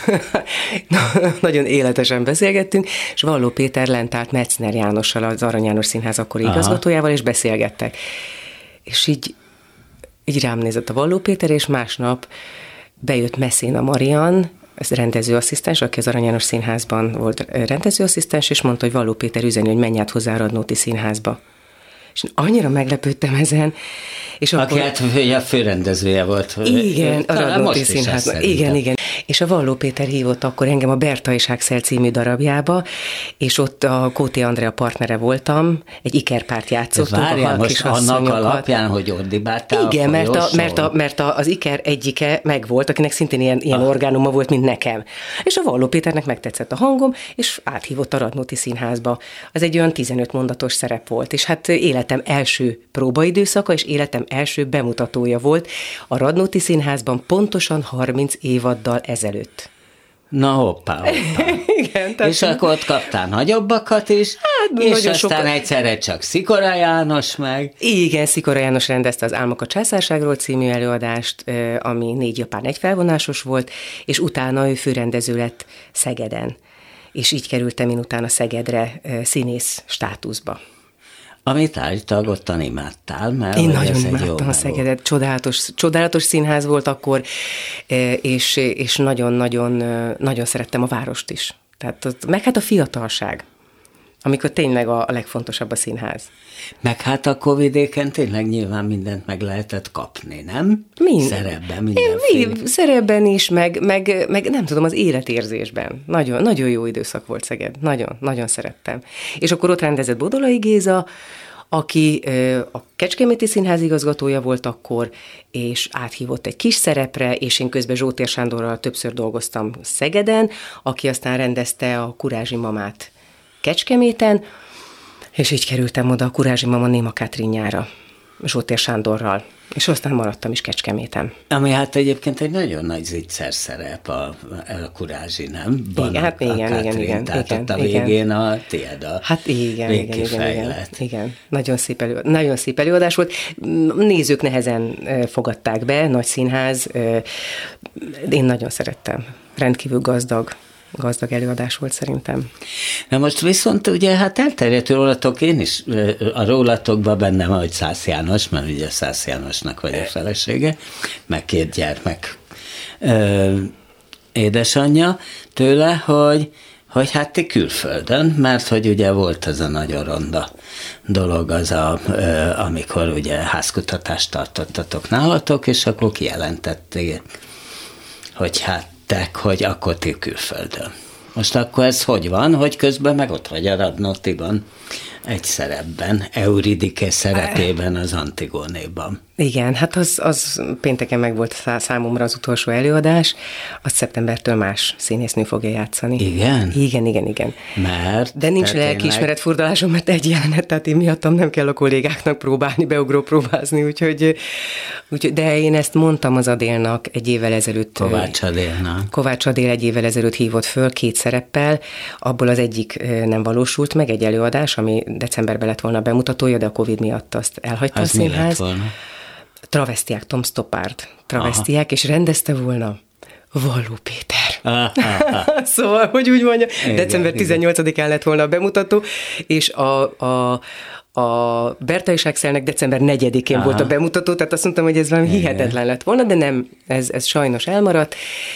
nagyon életesen beszélgettünk, és Valló Péter lent állt Metzner Jánossal, az Arany János Színház akkori igazgatójával, és beszélgettek. És így, így rám nézett a Valló Péter, és másnap bejött Messina Marian, ez rendezőasszisztens, aki az Arany János Színházban volt rendezőasszisztens, és mondta, hogy Valló Péter üzeni, hogy menj át hozzá a Radnóti Színházba. És annyira meglepődtem ezen. És aki akkor... hát a főrendezője volt. Igen, a Radnóti Színházban. Igen, igen. És a Valló Péter hívott akkor engem a Berta és Axel című darabjába, és ott a Kóti Andrea partnere voltam, egy ikerpárt játszottunk. Várjál, most annak alapján, hogy ordibáltál igen, a mert, a, mert, a, mert a, az iker egyike megvolt, akinek szintén ilyen, ilyen ah. orgánuma volt, mint nekem. És a Valló Péternek megtetszett a hangom, és áthívott a Radnóti Színházba. Az egy olyan tizenöt mondatos szerep volt, és hát életem első próbaidőszaka, és életem első bemutatója volt a Radnóti Színházban pontosan harminc évaddal ezelőtt. Na hoppá, hoppá. Igen, és akkor ott kaptál nagyobbakat is, hát, és aztán sokat... egyszerre csak Szikora János meg. Igen, Szikora János rendezte az Álmok a császárságról című előadást, ami négy japán egy felvonásos volt, és utána ő főrendező lett Szegeden. És így kerültem én utána Szegedre színész státuszba. Amit állítólag ottan imádtál, mert én nagyon imádtam a Szegedet, csodálatos, csodálatos színház volt akkor, és, és nagyon-nagyon nagyon szerettem a várost is. Tehát, meg hát a fiatalság, amikor tényleg a, a legfontosabb a színház. Meg hát a Covidéken tényleg nyilván mindent meg lehetett kapni, nem? Mind. Szerepben, mindenféle. Szerepben is, meg, meg, meg nem tudom, az életérzésben. Nagyon, nagyon jó időszak volt Szeged. Nagyon, nagyon szerettem. És akkor ott rendezett Bodolai Géza, aki a Kecskeméti Színház igazgatója volt akkor, és áthívott egy kis szerepre, és én közben Zsótér Sándorral többször dolgoztam Szegeden, aki aztán rendezte a Kurázsi Mamát Kecskeméten, és így kerültem oda a Kurázsi Mama Néma Kátrínjára, Zsótér Sándorral, és aztán maradtam is Kecskeméten. Ami hát egyébként egy nagyon nagy zicser szerep a, a Kurázsi, nem? Van igen, hát igen, Katrin, igen, igen. Tehát igen, ott a igen. végén a tiéd a Hát igen, igen, igen, igen, igen. Nagyon szép, elő, nagyon szép előadás volt. Nézők nehezen fogadták be, nagy színház. Én nagyon szerettem. Rendkívül gazdag. gazdag előadás volt szerintem. Na most viszont ugye hát elterjedt rólatok, én is a rólatokban bennem, ahogy Szász János, mert ugye Szász Jánosnak vagy a felesége, meg két gyermek ö, édesanyja tőle, hogy, hogy hát ti külföldön, mert hogy ugye volt az a nagyon ronda dolog, az a, ö, amikor ugye házkutatást tartottatok nálatok, és akkor kijelentették, hogy hát hogy akkor ti külföldön. Most akkor ez hogy van, hogy közben meg ott vagy a Radnótiban egy szerepben, Euridike szerepében az Antigónéban. Igen, hát az, az pénteken meg volt számomra az utolsó előadás, azt szeptembertől más színésznő fogja játszani. Igen? Igen, igen, igen. Mert? De nincs lelkiismeret furdalásom, mert egy jelenet, tehát én miattam nem kell a kollégáknak próbálni, beugró próbázni, úgyhogy, úgyhogy, de én ezt mondtam az Adélnak egy évvel ezelőtt. Kovács Adélnak. Kovács Adél egy évvel ezelőtt hívott föl két szereppel, abból az egyik nem valósult meg, egy előadás, ami decemberben lett volna a bemutatója, de a Covid miatt azt elhagyta az a színház. Mi lett volna? Travesztiák, Tom Stoppard travesztiák, aha. És rendezte volna Valló Péter. Ah, ah, ah. Szóval, hogy úgy mondja, igen, december tizennyolcadikán lett volna a bemutató, és a, a, a Bertai Sákszelnek december negyedikén aha. volt a bemutató, tehát azt mondtam, hogy ez valami igen. hihetetlen lett volna, de nem, ez, ez sajnos elmaradt,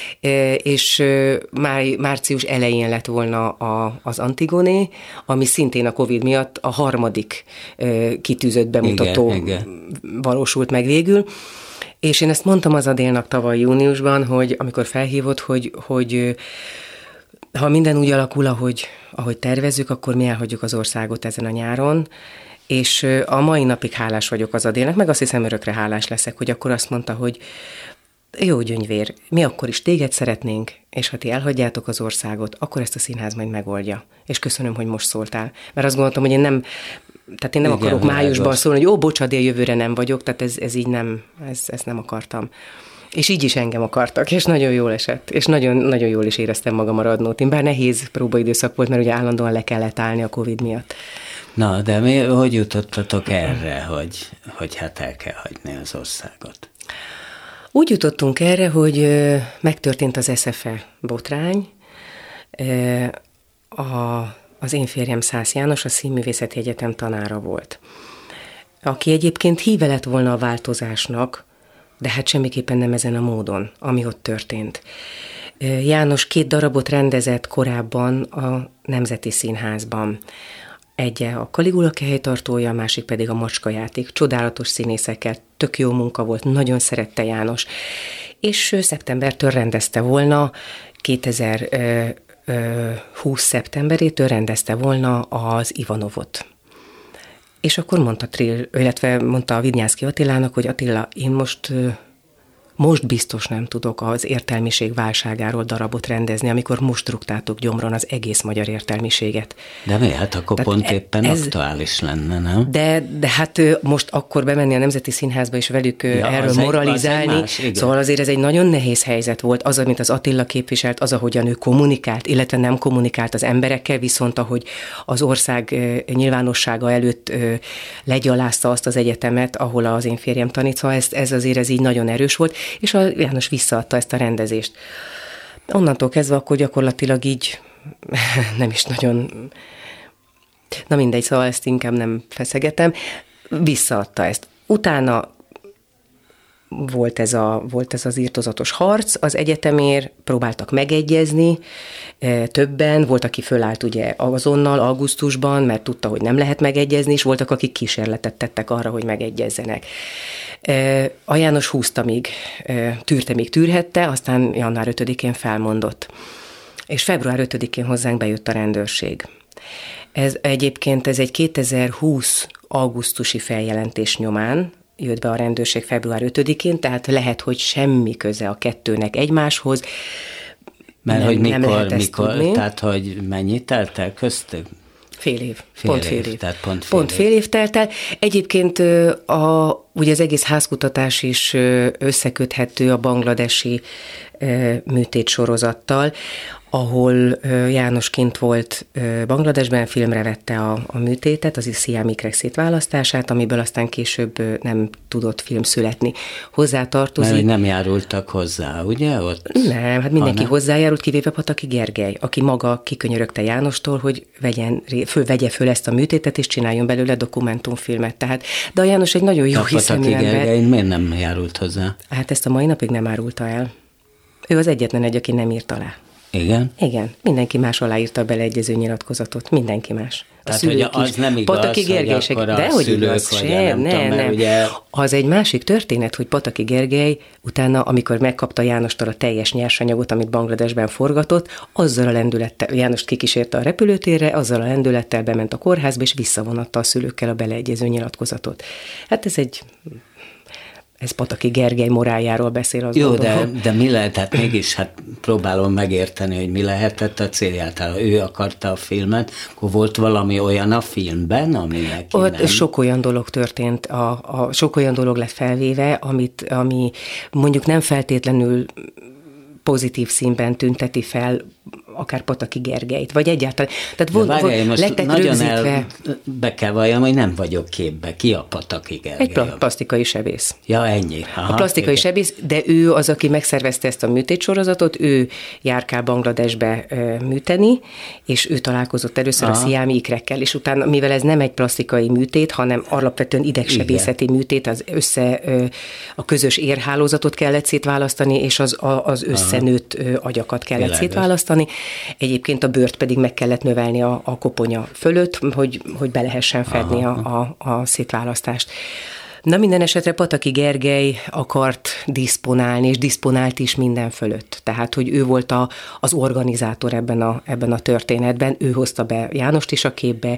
és máj, március elején lett volna a, az Antigóné, ami szintén a Covid miatt a harmadik kitűzött bemutató igen, igen. valósult meg végül. És én ezt mondtam az Adélnak tavaly júniusban, hogy amikor felhívott, hogy, hogy ha minden úgy alakul, ahogy, ahogy tervezzük, akkor mi elhagyjuk az országot ezen a nyáron, és a mai napig hálás vagyok az Adélnek, meg azt hiszem örökre hálás leszek, hogy akkor azt mondta, hogy jó Gyöngyvér, mi akkor is téged szeretnénk, és ha ti elhagyjátok az országot, akkor ezt a színház majd megoldja. És köszönöm, hogy most szóltál. Mert azt gondoltam, hogy én nem, tehát én nem igen, akarok májusban szólni, hogy ó, bocs, Adél, jövőre nem vagyok, tehát ez, ez így nem, ez, ezt nem akartam. És így is engem akartak, és nagyon jól esett, és nagyon, nagyon jól is éreztem magam a Radnótin, bár nehéz próbaidőszak volt, mert ugye állandóan le kellett állni a Covid miatt. Na, de mi, hogy jutottatok erre, hogy, hogy hát el kell hagyni az országot? Úgy jutottunk erre, hogy megtörtént az es ef e botrány. A, az én férjem Szász János, a Színművészeti Egyetem tanára volt, aki egyébként híve lett volna a változásnak, de hát semmiképpen nem ezen a módon, ami ott történt. János két darabot rendezett korábban a Nemzeti Színházban. Egy a Kaligula helytartója, a másik pedig a Macskajáték. Csodálatos színészekkel, tök jó munka volt, nagyon szerette János. És szeptembertől rendezte volna, kétezer-húsz szeptemberétől rendezte volna az Ivanovot. És akkor mondta Trill, illetve mondta a Vidnyánszky Attilának, hogy Attila, én most... Most biztos nem tudok az értelmiség válságáról darabot rendezni, amikor most rúgtátok gyomron az egész magyar értelmiséget. De mi? Hát akkor tehát pont éppen ez, aktuális lenne, nem? De, de hát most akkor bemenni a Nemzeti Színházba és velük ja, erről moralizálni, egy, az egy más, szóval azért ez egy nagyon nehéz helyzet volt, az, amit az Attila képviselt, az, ahogyan ő kommunikált, illetve nem kommunikált az emberekkel, viszont ahogy az ország nyilvánossága előtt legyalázta azt az egyetemet, ahol az én férjem tanít, szóval ez, ez azért ez így nagyon erős volt, és a János visszaadta ezt a rendezést. Onnantól kezdve akkor gyakorlatilag így nem is nagyon, na mindegy, szóval ezt inkább nem feszegetem, visszaadta ezt. Utána volt ez, a, volt ez az irtózatos harc, az egyetemért próbáltak megegyezni, többen, volt, aki fölállt ugye azonnal, augusztusban, mert tudta, hogy nem lehet megegyezni, és voltak, akik kísérletet tettek arra, hogy megegyezzenek. A János húzta még, tűrte még tűrhette, aztán január ötödikén felmondott. És február ötödikén hozzánk bejött a rendőrség. Ez egyébként ez egy kétezer-húsz augusztusi feljelentés nyomán jött be a rendőrség február ötödikén, tehát lehet, hogy semmi köze a kettőnek egymáshoz. Mert nem, hogy mikor, nem mikor tehát hogy mennyit telt el köztük? Fél év. Fél pont év, fél év. Tehát pont fél, pont év. fél év telt el. Egyébként a, ugye az egész házkutatás is összeköthető a bangladesi műtét sorozattal, ahol János kint volt Bangladesben, filmre vette a, a műtétet, az sziám ikrek szétválasztását, amiből aztán később nem tudott film születni. Hozzá tartozik... Mert nem járultak hozzá, ugye? Ott, nem, hát mindenki hozzájárult, kivéve Pataki Gergely, aki maga kikönyörögte Jánostól, hogy vegyen, föl, vegye föl ezt a műtétet, és csináljon belőle dokumentumfilmet. Tehát, de a János egy nagyon jó hiszemű ember. Pataki Gergely miért nem járult hozzá? Hát ezt a mai napig nem árulta el. Ő az egyetlen egy, aki nem írt alá. Igen? Igen, mindenki más aláírta a beleegyező nyilatkozatot, mindenki más. A Tehát, hogy az is. Nem igaz, Pataki Gergely, hogy akkor de a hogy szülők, igaz, vagy sem, nem, nem, tudom, nem. Ugye... Az egy másik történet, hogy Pataki Gergely utána, amikor megkapta Jánostól a teljes nyersanyagot, amit Bangladesben forgatott, azzal a lendülettel, Jánost kikísérte a repülőtérre, azzal a lendülettel bement a kórházba, és visszavonatta a szülőkkel a beleegyező nyilatkozatot. Hát ez egy... Ez Pataki Gergely moráljáról beszél, az Jó, de, de mi lehet, hát mégis hát próbálom megérteni, hogy mi lehetett a célját. Ő akarta a filmet, akkor volt valami olyan a filmben, ami neki Ott nem... sok olyan dolog történt, a, a, sok olyan dolog lett felvéve, amit, ami mondjuk nem feltétlenül pozitív színben tünteti fel akár Pataki Gergelyt, vagy egyáltalán. Tehát volt, várjál, most lettek nagyon rögzítve... el, be kell valljam, hogy nem vagyok képbe. Ki a Pataki Gergely? Egy plastikai sebész. Ja, ennyi. Aha, a plastikai igen. sebész, de ő az, aki megszervezte ezt a műtétsorozatot, ő járkál Bangladesbe műteni, és ő találkozott először Aha. a sziámi ikrekkel, és utána, mivel ez nem egy plastikai műtét, hanem alapvetően idegsebészeti igen. műtét, az össze, a közös érhálózatot kellett szétválasztani, és az, az összenőtt Aha. agyakat kellett Világos. szétválasztani. Egyébként a bőrt pedig meg kellett növelni a, a koponya fölött, hogy, hogy be lehessen fedni a, a, a szétválasztást. Na minden esetre Pataki Gergely akart diszponálni, és diszponált is minden fölött. Tehát, hogy ő volt a, az organizátor ebben a, ebben a történetben, ő hozta be Jánost is a képbe.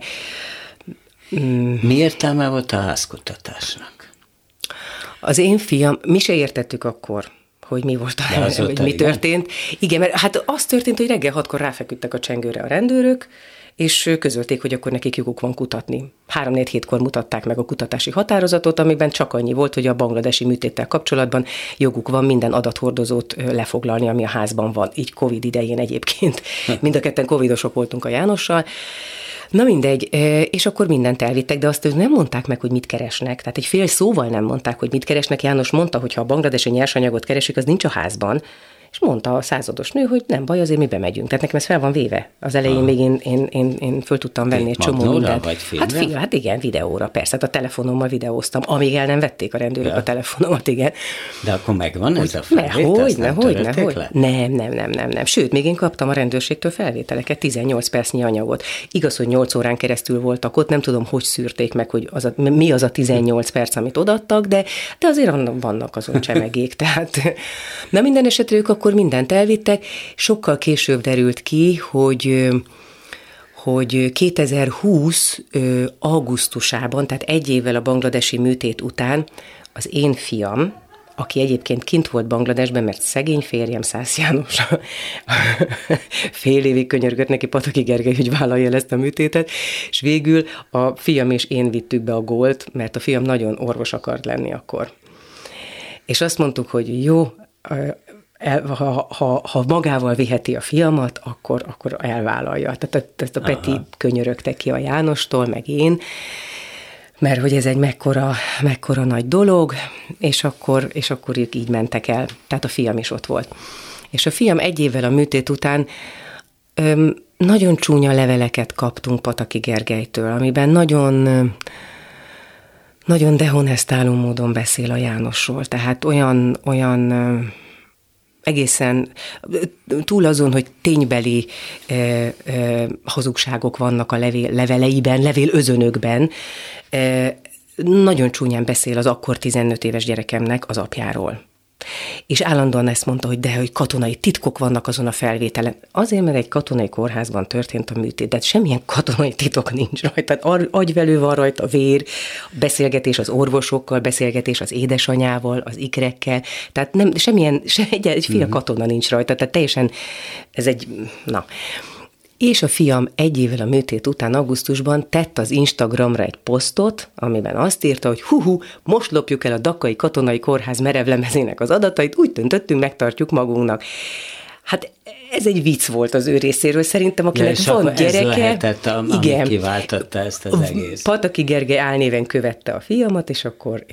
Mm. Mi értelme volt a házkutatásnak? Az én fiam, mi se értettük akkor, hogy mi volt, a, hogy mi történt. Igen, mert hát az történt, hogy reggel hatkor ráfeküdtek a csengőre a rendőrök, és közölték, hogy akkor nekik joguk van kutatni. Három-négy hétkor mutatták meg a kutatási határozatot, amiben csak annyi volt, hogy a bangladesi műtéttel kapcsolatban joguk van minden adathordozót lefoglalni, ami a házban van. Így Covid idején egyébként. Mind a ketten covidosok voltunk a Jánossal. Na mindegy, és akkor mindent elvittek, de azt nem mondták meg, hogy mit keresnek. Tehát egy fél szóval nem mondták, hogy mit keresnek. János mondta, hogy ha a bangladesi nyersanyagot keresik, az nincs a házban. És mondta a százados nő, hogy nem baj, azért mi bemegyünk. Tehát nekem ez fel van véve. Az elején ah. még én, én, én, én föl tudtam venni egy csomó mindent. Vagy filmre? Hát, film, hát igen, videóra, persze. Hát a telefonommal videóztam, amíg el nem vették a rendőrök ja. a telefonomat, igen. De akkor megvan ez hogy, a felvétel? Hogyne, hogyne, hogyne. Nem, nem, nem, nem, nem. Sőt, még én kaptam a rendőrségtől felvételeket, tizennyolc percnyi anyagot. Igaz, hogy nyolc órán keresztül voltak ott, nem tudom, hogy szűrték meg, hogy az a, mi az a tizennyolc perc, amit odaadtak, de, de azért vannak azon csemegék. Tehát, na minden esetre ők akkor mindent elvittek. Sokkal később derült ki, hogy, hogy kétezer-húsz augusztusában, tehát egy évvel a bangladesi műtét után az én fiam, aki egyébként kint volt Bangladesben, mert szegény férjem, Szász János, fél évig könyörgött neki Pataki Gergely, hogy vállalja el ezt a műtétet, és végül a fiam és én vittük be a gólt, mert a fiam nagyon orvos akart lenni akkor. És azt mondtuk, hogy jó, El, ha, ha, ha magával viheti a fiamat, akkor, akkor elvállalja. Tehát ezt a Peti Aha. könyörögte ki a Jánostól, meg én, mert hogy ez egy mekkora, mekkora nagy dolog, és akkor, és akkor ők így mentek el. Tehát a fiam is ott volt. És a fiam egy évvel a műtét után öm, nagyon csúnya leveleket kaptunk Pataki Gergelytől, amiben nagyon... nagyon dehonestáló módon beszél a Jánosról. Tehát olyan... olyan egészen túl azon, hogy ténybeli e, e, hazugságok vannak a levél, leveleiben, levélözönökben, e, nagyon csúnyán beszél az akkor tizenöt éves gyerekemnek az apjáról. És állandóan ezt mondta, hogy de, hogy katonai titkok vannak azon a felvételen. Azért, mert egy katonai kórházban történt a műtét, de semmilyen katonai titok nincs rajta. Tehát agyvelő van rajta, vér, beszélgetés az orvosokkal, beszélgetés az édesanyával, az ikrekkel. Tehát nem, semmilyen, se, egy, egy fia katona nincs rajta. Tehát teljesen, ez egy, na... És a fiam egy évvel a műtét után augusztusban tett az Instagramra egy posztot, amiben azt írta, hogy hú, most lopjuk el a Dakai Katonai Kórház merevlemezének az adatait, úgy döntöttünk, megtartjuk magunknak. Hát ez egy vicc volt az ő részéről, szerintem, akinek ja, van gyereke. Ez lehetett, ami igen, kiváltotta ezt az egész. Pataki Gergely álnéven követte a fiamat, és akkor...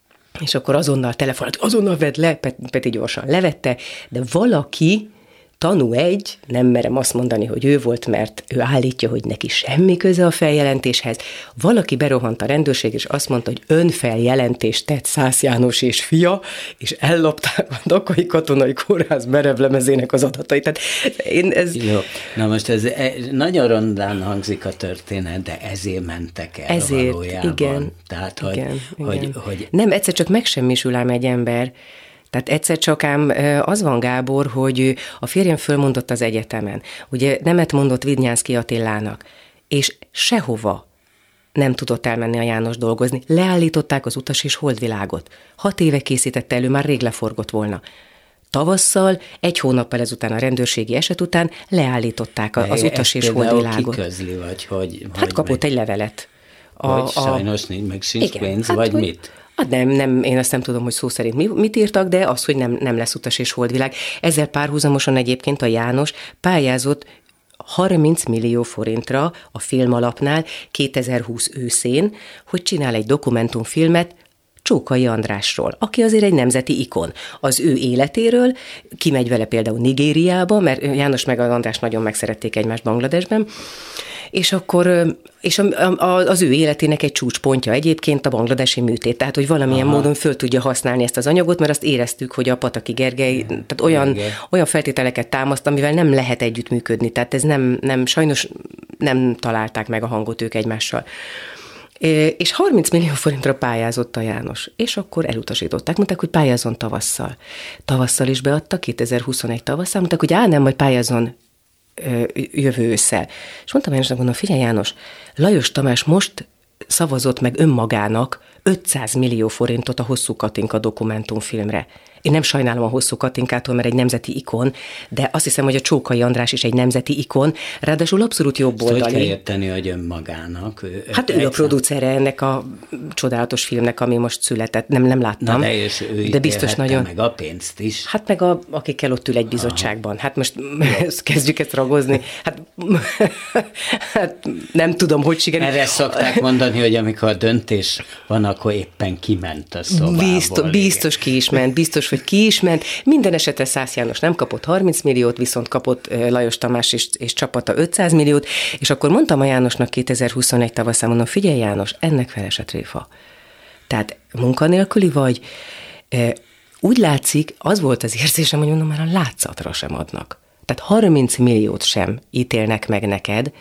És akkor azonnal telefonált, azonnal vedd le, Peti gyorsan levette, de valaki... Tanú egy, nem merem azt mondani, hogy ő volt, mert ő állítja, hogy neki semmi köze a feljelentéshez. Valaki berohant a rendőrség, és azt mondta, hogy önfeljelentést tett Szász János és fia, és ellopták a Dakai Katonai Kórház merevlemezének az adatait. Tehát én ez... Jó, na most ez nagyon rondán hangzik a történet, de ezért mentek el ezért, valójában. Igen, Tehát, igen, hogy, igen. Hogy, hogy... Nem, egyszer csak megsemmisül ám egy ember. Tehát egyszer csak ám az van, Gábor, hogy a férjem fölmondott az egyetemen. Ugye nemet mondott Vidnyánszky Attilának, és sehova nem tudott elmenni a János dolgozni. Leállították az Utas és Holdvilágot. Hat éve készítette elő, már rég leforgott volna. Tavasszal, egy hónappal ezután a rendőrségi eset után leállították az De Utas és Holdvilágot. Kiközli, vagy hogy... Hát hogy kapott meg... egy levelet. A, hogy sajnos a... meg sincs igen, pénz, hát, vagy hogy... mit? Hát nem, nem, én azt nem tudom, hogy szó szerint mi, mit írtak, de az, hogy nem, nem lesz Utas és Holdvilág. Ezzel párhuzamosan egyébként a János pályázott harminc millió forintra a Filmalapnál kétezer-húsz őszén, hogy csinál egy dokumentumfilmet Csókai Andrásról, aki azért egy nemzeti ikon. Az ő életéről kimegy vele például Nigériába, mert János meg az András nagyon megszerették egymást Bangladesben, és akkor és az ő életének egy csúcspontja egyébként a bangladesi műtét, tehát hogy valamilyen Aha. módon föl tudja használni ezt az anyagot, mert azt éreztük, hogy a Pataki Gergely tehát olyan, olyan feltételeket támaszt, amivel nem lehet együttműködni, tehát ez nem, nem, sajnos nem találták meg a hangot ők egymással. És harminc millió forintra pályázott a János, és akkor elutasították, mondták, hogy pályázzon tavasszal. Tavasszal is beadta, kétezer-huszonegy tavasszal, mondták, hogy á, nem, majd pályázzon jövő ősszel. És mondtam Jánosnak, mondom, figyelj János, Lajos Tamás most szavazott meg önmagának ötszáz millió forintot a Hosszú Katinka dokumentumfilmre. Én nem sajnálom a Hosszú Katinkától, mert egy nemzeti ikon, de azt hiszem, hogy a Csókai András is egy nemzeti ikon, ráadásul abszolút jobboldali. Hogy kell érteni, hogy önmagának? Ő, hát ő a producere ennek a csodálatos filmnek, ami most született. Nem, nem láttam. Na de és ő de biztos nagyon meg a pénzt is. Hát meg a, akikkel ott ül egy bizottságban. Hát most kezdjük ezt ragozni. Hát, hát nem tudom, hogy sikerül. Erre szokták mondani, hogy amikor a döntés van, akkor éppen kiment a szobából. Biztos, biztos ki is ment, biztos, hogy ki is ment. Minden esetre Szász János nem kapott harminc milliót, viszont kapott Lajos Tamás és, és csapata ötszáz milliót, és akkor mondtam a Jánosnak kétezer-huszonegy tavaszán, mondom, figyelj János, ennek felesett tréfa. Tehát munkanélküli vagy, úgy látszik, az volt az érzésem, hogy mondom, már a látszatra sem adnak. Tehát harminc milliót sem ítélnek meg neked,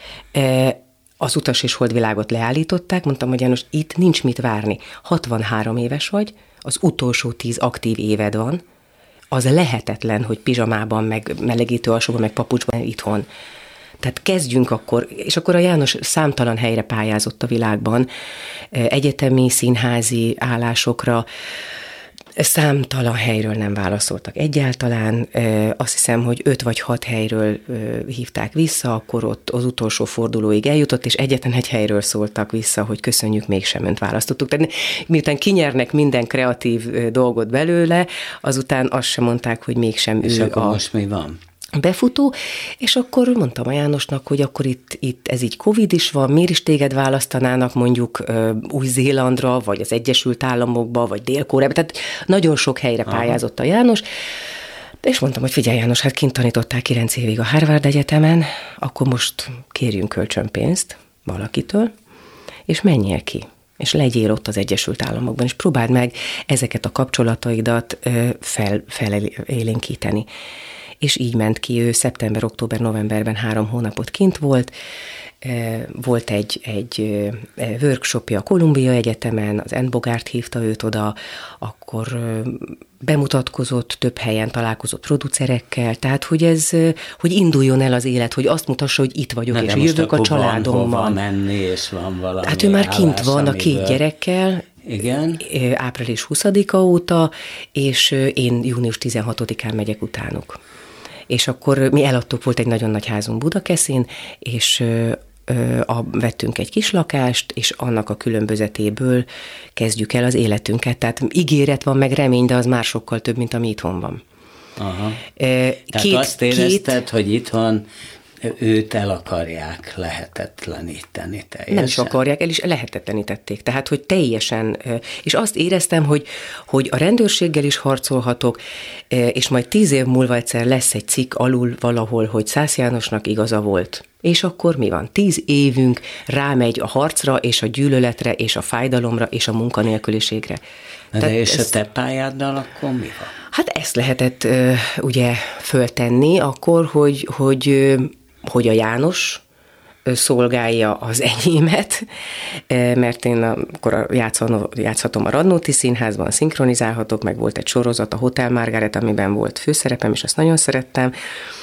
az Utas és Holdvilágot leállították, mondtam, hogy János, itt nincs mit várni. hatvanhárom éves vagy, az utolsó tíz aktív éved van, az lehetetlen, hogy pizsamában, meg melegítő alsóban, meg papucsban itthon. Tehát kezdjünk akkor, és akkor a János számtalan helyre pályázott a világban, egyetemi, színházi állásokra, számtalan helyről nem válaszoltak egyáltalán, azt hiszem, hogy öt vagy hat helyről hívták vissza, akkor ott az utolsó fordulóig eljutott, és egyetlen egy helyről szóltak vissza, hogy köszönjük, mégsem önt választottuk. Tehát miután kinyernek minden kreatív dolgot belőle, azután azt sem mondták, hogy mégsem és ő akkor a... most mi van? befutó, és akkor mondtam a Jánosnak, hogy akkor itt, itt ez így Covid is van, miért is téged választanának mondjuk Új-Zélandra, vagy az Egyesült Államokba, vagy Dél-Koreába, tehát nagyon sok helyre Aha. pályázott a János, és mondtam, hogy figyelj János, hát kint tanították kilenc évig a Harvard Egyetemen, akkor most kérjünk kölcsönpénzt valakitől, és menjél ki, és legyél ott az Egyesült Államokban, és próbáld meg ezeket a kapcsolataidat fel, felélénkíteni. És így ment ki, ő szeptember, október, novemberben három hónapot kint volt, volt egy, egy workshopja a Columbia Egyetemen, az Anne Bogart hívta őt oda, akkor bemutatkozott, több helyen találkozott producerekkel, tehát hogy ez, hogy induljon el az élet, hogy azt mutassa, hogy itt vagyok, Na, és jövök a családommal. Van hova menni, és van valami Hát ő már kint állás, van a két amiből... gyerekkel, Igen. április huszadika óta, és én június tizenhatodikán megyek utánuk. És akkor mi eladtuk, volt egy nagyon nagy házunk Budakeszin, és A, vettünk egy kis lakást, és annak a különbözetéből kezdjük el az életünket. Tehát ígéret van, meg remény, de az már sokkal több, mint ami itthon van. Aha. Két, Tehát azt érezted, két, hogy itthon őt el akarják lehetetleníteni teljesen. Nem is akarják, el is lehetetlenítették. Tehát, hogy teljesen, és azt éreztem, hogy, hogy a rendőrséggel is harcolhatok, és majd tíz év múlva egyszer lesz egy cikk alul valahol, hogy Szász Jánosnak igaza volt. És akkor mi van? Tíz évünk rámegy a harcra, és a gyűlöletre, és a fájdalomra, és a munkanélküliségre. De Tehát és ezt, a te pályáddal akkor mi van? Hát ezt lehetett ugye föltenni akkor, hogy, hogy, hogy a János szolgálja az enyémet, mert én akkor játszhatom a Radnóti Színházban, szinkronizálhatok, meg volt egy sorozat, a Hotel Margaret, amiben volt főszerepem, és azt nagyon szerettem.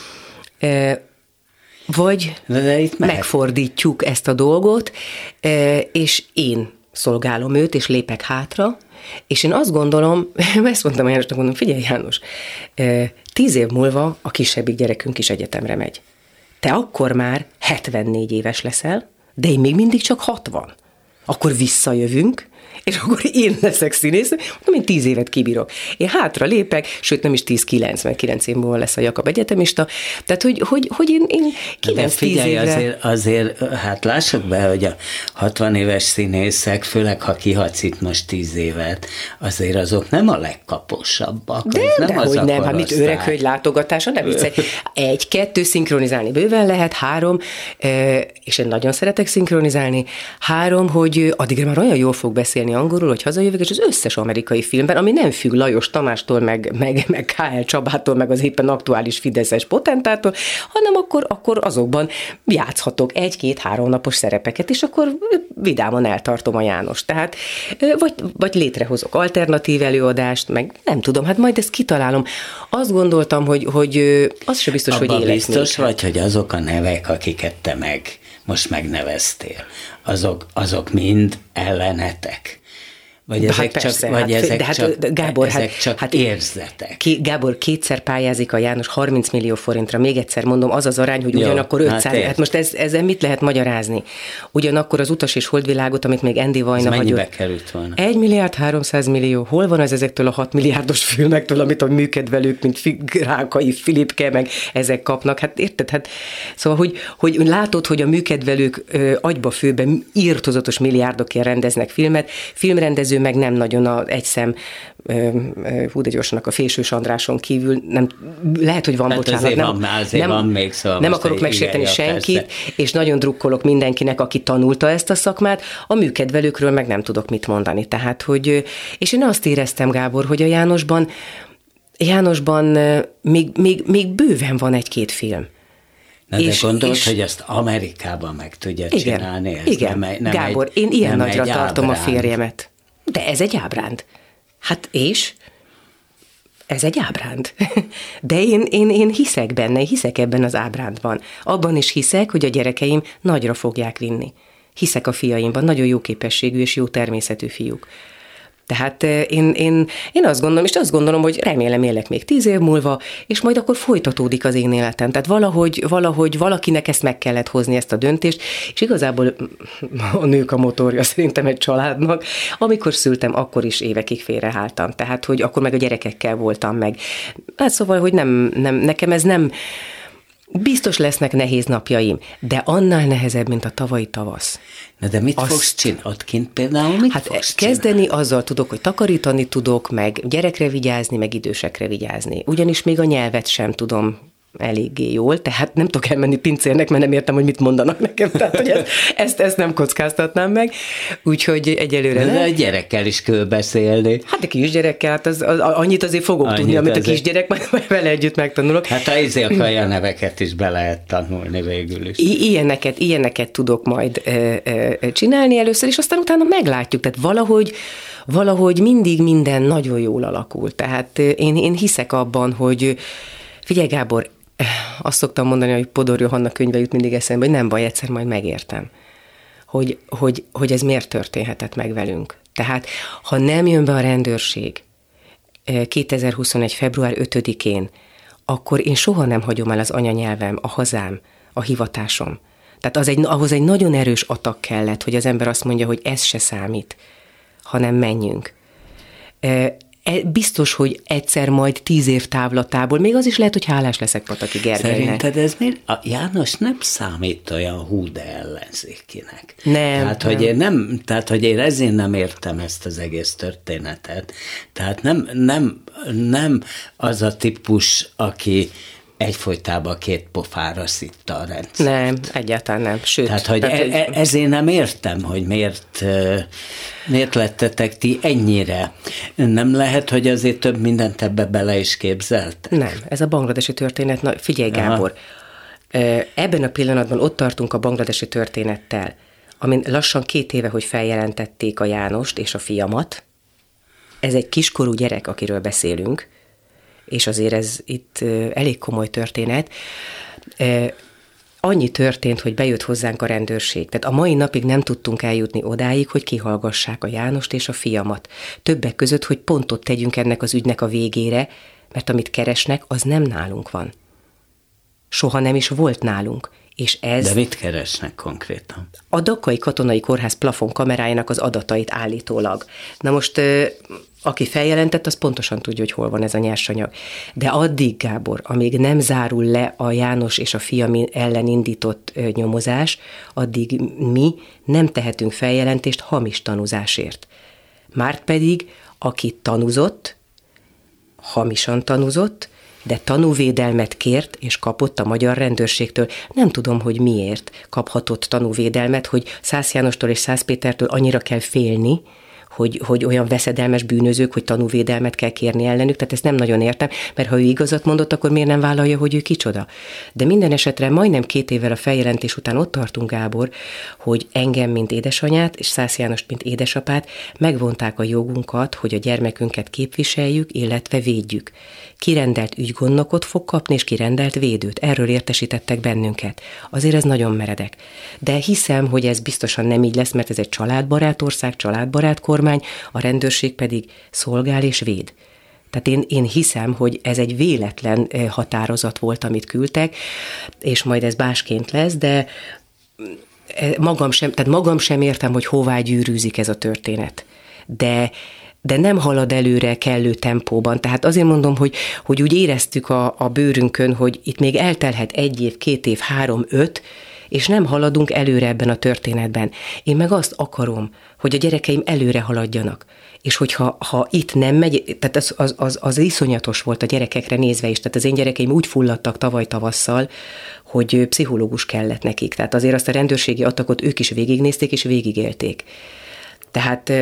Vagy megfordítjuk ezt a dolgot, és én szolgálom őt, és lépek hátra, és én azt gondolom, ezt mondtam a Jánosnak, mondom, figyelj János, tíz év múlva a kisebbik gyerekünk is egyetemre megy. Te akkor már hetvennégy éves leszel, de én még mindig csak hatvan. Akkor visszajövünk, és akkor én leszek színész, mondom, én tíz évet kibírok. Én hátra lépek, sőt nem is tíz, kilenc, mert kilenc év múlva lesz a Jakab egyetemista, tehát hogy, hogy, hogy én, én kilenc-tíz évre... Azért, azért, hát lássuk be, hogy a hatvan éves színészek, főleg ha kihagysz itt most tíz évet, azért azok nem a legkaposabbak. De, nem de az hogy nem, hát mit öreg hölgy látogatása, nem viccelj. Egy, kettő szinkronizálni bőven lehet, három, és én nagyon szeretek szinkronizálni, három, hogy addigra már olyan jól fog beszélni angolul, hogy hazajövök, és az összes amerikai filmben, ami nem függ Lajos Tamástól, meg, meg, meg ká el Csabától, meg az éppen aktuális fideszes potentától, hanem akkor, akkor azokban játszhatok egy-két-három napos szerepeket, és akkor vidáman eltartom a János. Tehát, vagy, vagy létrehozok alternatív előadást, meg nem tudom, hát majd ezt kitalálom. Azt gondoltam, hogy, hogy az sem biztos, Abba hogy életnék. biztos vagy, hogy azok a nevek, akiket te meg most megneveztél, azok, azok mind ellenetek. Vagy ezek hát persze, csak, vagy hát, ezek de hát, csak, Gábor, ezek hát, csak hát érzetek. Ki, Gábor, kétszer pályázik a János harminc millió forintra, még egyszer mondom, az az arány, hogy Jó, ugyanakkor ötszáz, hát, hát most ez, ezzel mit lehet magyarázni? Ugyanakkor az Utas és Holdvilágot, amit még Andy Vajna hagyott. Mennyibe került volna? egy milliárd háromszáz millió, hol van az ezektől a hat milliárdos filmektől, amit a műkedvelők, mint Rákai Filipke, meg ezek kapnak, hát érted? Hát, szóval, hogy, hogy látod, hogy a műkedvelők ö, agyba főbe írtozatos milliárdokért rendeznek filmet, filmrendező meg nem nagyon a egy szem, hú de gyorsanak a Fésős Andráson kívül, nem, lehet, hogy van, hát bocsánat. Azért nem, van, azért nem, van még, szóval nem akarok megsérteni senkit, persze. És nagyon drukkolok mindenkinek, aki tanulta ezt a szakmát, a műkedvelőkről meg nem tudok mit mondani. Tehát, hogy, és én azt éreztem, Gábor, hogy a Jánosban, Jánosban még, még, még bőven van egy-két film. Na de és, gondolod, és, hogy ezt Amerikában meg tudja igen, csinálni? Ez igen, nem, nem Gábor, egy, én ilyen nem nagyra tartom ábránd. a férjemet. De ez egy ábránd. Hát és? Ez egy ábránd. De én, én, én hiszek benne, hiszek ebben az ábrándban. Abban is hiszek, hogy a gyerekeim nagyra fogják vinni. Hiszek a fiaimban, nagyon jó képességű és jó természetű fiúk. Tehát én, én, én azt gondolom, és azt gondolom, hogy remélem élek még tíz év múlva, és majd akkor folytatódik az én életem. Tehát valahogy, valahogy valakinek ezt meg kellett hozni, ezt a döntést, és igazából a nők a motorja szerintem egy családnak. Amikor szültem, akkor is évekig félreháltam. Tehát, hogy akkor meg a gyerekekkel voltam meg. Hát szóval, hogy nem, nem, nekem ez nem... Biztos lesznek nehéz napjaim, de annál nehezebb, mint a tavalyi tavasz. Na de mit Azt, fogsz csinálni? Ott kint például mit hát fogsz kezdeni csinálni? Azzal tudok, hogy takarítani tudok, meg gyerekre vigyázni, meg idősekre vigyázni. Ugyanis még a nyelvet sem tudom eléggé jól, tehát nem tudok elmenni pincérnek, mert nem értem, hogy mit mondanak nekem, tehát hogy ezt, ezt, ezt nem kockáztatnám meg, úgyhogy egyelőre de, de a gyerekkel is kell beszélni. Hát a kisgyerekkel, hát az, az, annyit azért fogok annyit tudni, amit azért... a kisgyerek, majd vele együtt megtanulok. Hát ha izé a neveket is be lehet tanulni végül is. I- ilyeneket, ilyeneket tudok majd ö, ö, csinálni először, és aztán utána meglátjuk, tehát valahogy valahogy mindig minden nagyon jól alakul, tehát én, én hiszek abban, hogy figyelj Gábor, azt szoktam mondani, hogy Podor Johanna könyve jut mindig eszembe, hogy nem baj, egyszer majd megértem, hogy, hogy, hogy ez miért történhetett meg velünk. Tehát, ha nem jön be a rendőrség kétezer-huszonegy. február ötödikén, akkor én soha nem hagyom el az anyanyelvem, a hazám, a hivatásom. Tehát az egy, ahhoz egy nagyon erős atak kellett, hogy az ember azt mondja, hogy ez se számít, hanem menjünk. Biztos, hogy egyszer majd tíz év távlatából, még az is lehet, hogy hálás leszek Pataki Gergelynek. Szerinted ez miért? A János nem számít olyan hú de ellenzékinek. Nem. Tehát, nem. Hogy én nem, tehát, hogy én ezért nem értem ezt az egész történetet. Tehát nem, nem, nem az a típus, aki egyfolytában két pofára szitta a rendszert. Nem, egyáltalán nem. Sőt, tehát, hogy tehát, e- e- ezért nem értem, hogy miért, miért lettetek ti ennyire. Nem lehet, hogy azért több mindent ebbe bele is képzeltek? Nem, ez a bangladesi történet, na figyelj Gábor, Aha. ebben a pillanatban ott tartunk a bangladesi történettel, amin lassan két éve, hogy feljelentették a Jánost és a fiamat. Ez egy kiskorú gyerek, akiről beszélünk, és azért ez itt elég komoly történet. Annyi történt, hogy bejött hozzánk a rendőrség. Tehát a mai napig nem tudtunk eljutni odáig, hogy kihallgassák a Jánost és a fiamat. Többek között, hogy pontot tegyünk ennek az ügynek a végére, mert amit keresnek, az nem nálunk van. Soha nem is volt nálunk. És ez De mit keresnek konkrétan? A Dakkai Katonai Kórház plafon kamerájának az adatait állítólag. Na most, aki feljelentett, az pontosan tudja, hogy hol van ez a nyersanyag. De addig, Gábor, amíg nem zárul le a János és a fia ellen indított nyomozás, addig mi nem tehetünk feljelentést hamis tanúzásért. Márpedig, aki tanúzott, hamisan tanúzott, de tanúvédelmet kért és kapott a magyar rendőrségtől. Nem tudom, hogy miért kaphatott tanúvédelmet, hogy Szász Jánostól és Szász Pétertől annyira kell félni, hogy, hogy olyan veszedelmes bűnözők, hogy tanúvédelmet kell kérni ellenük, tehát ezt nem nagyon értem, mert ha ő igazat mondott, akkor miért nem vállalja, hogy ő kicsoda? De minden esetre majdnem két évvel a feljelentés után ott tartunk, Gábor, hogy engem, mint édesanyát, és Szász Jánost, mint édesapát megvonták a jogunkat, hogy a gyermekünket képviseljük, illetve védjük. Kirendelt ügygondnokot fog kapni, és kirendelt védőt. Erről értesítettek bennünket. Azért ez nagyon meredek. De hiszem, hogy ez biztosan nem így lesz, mert ez egy családbarát ország, családbarát kormány, a rendőrség pedig szolgál és véd. Tehát én, én hiszem, hogy ez egy véletlen határozat volt, amit küldtek, és majd ez másként lesz, de magam sem, tehát magam sem értem, hogy hová gyűrűzik ez a történet. De de nem halad előre kellő tempóban. Tehát azért mondom, hogy, hogy úgy éreztük a, a bőrünkön, hogy itt még eltelhet egy év, két év, három, öt, és nem haladunk előre ebben a történetben. Én meg azt akarom, hogy a gyerekeim előre haladjanak. És hogyha ha itt nem megy, tehát az, az, az, az iszonyatos volt a gyerekekre nézve is, tehát az én gyerekeim úgy fulladtak tavaly tavasszal, hogy pszichológus kellett nekik. Tehát azért azt a rendőrségi atakot ők is végignézték, és végigélték. Tehát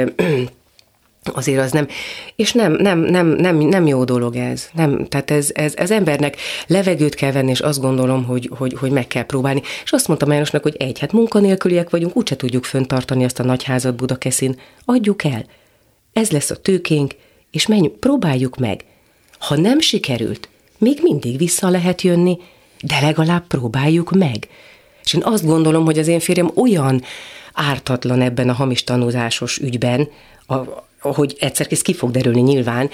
azért az nem, és nem, nem, nem, nem, nem jó dolog ez. Nem, tehát ez, ez, ez embernek levegőt kell venni, és azt gondolom, hogy, hogy, hogy meg kell próbálni. És azt mondtam Jánosnak, hogy egy, hát munkanélküliek vagyunk, úgyse tudjuk föntartani azt a nagyházat Budakeszin. Adjuk el. Ez lesz a tőkénk, és menjünk, próbáljuk meg. Ha nem sikerült, még mindig vissza lehet jönni, de legalább próbáljuk meg. És én azt gondolom, hogy az én férjem olyan ártatlan ebben a hamis tanúzásos ügyben, a, hogy egyszer ez ki fog derülni nyilván,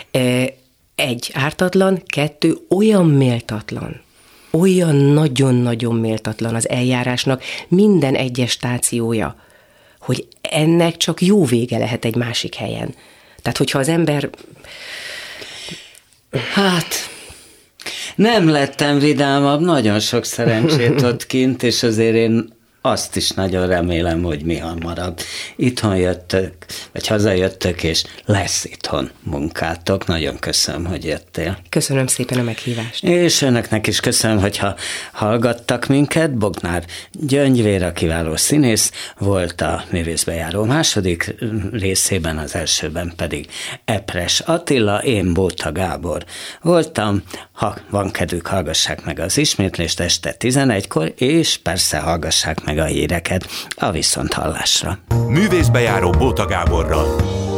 egy, ártatlan, kettő, olyan méltatlan, olyan nagyon-nagyon méltatlan az eljárásnak minden egyes stációja, hogy ennek csak jó vége lehet egy másik helyen. Tehát, hogyha az ember... Hát... Nem lettem vidámabb, nagyon sok szerencsét ott kint, és azért én azt is nagyon remélem, hogy mi hamarabb itthon jöttök, vagy hazajöttök, és lesz itthon munkátok. Nagyon köszönöm, hogy jöttél. Köszönöm szépen a meghívást. És önöknek is köszönöm, hogyha hallgattak minket. Bognár Gyöngyvér, a kiváló színész, volt a Művészbejáró második részében, az elsőben pedig Epres Attila, én Bóta Gábor voltam. Ha van kedvük, hallgassák meg az ismétlést este tizenegykor, és persze hallgassák meg a híreket a viszonthallásra. Művészbejáró Bóta Gáborral.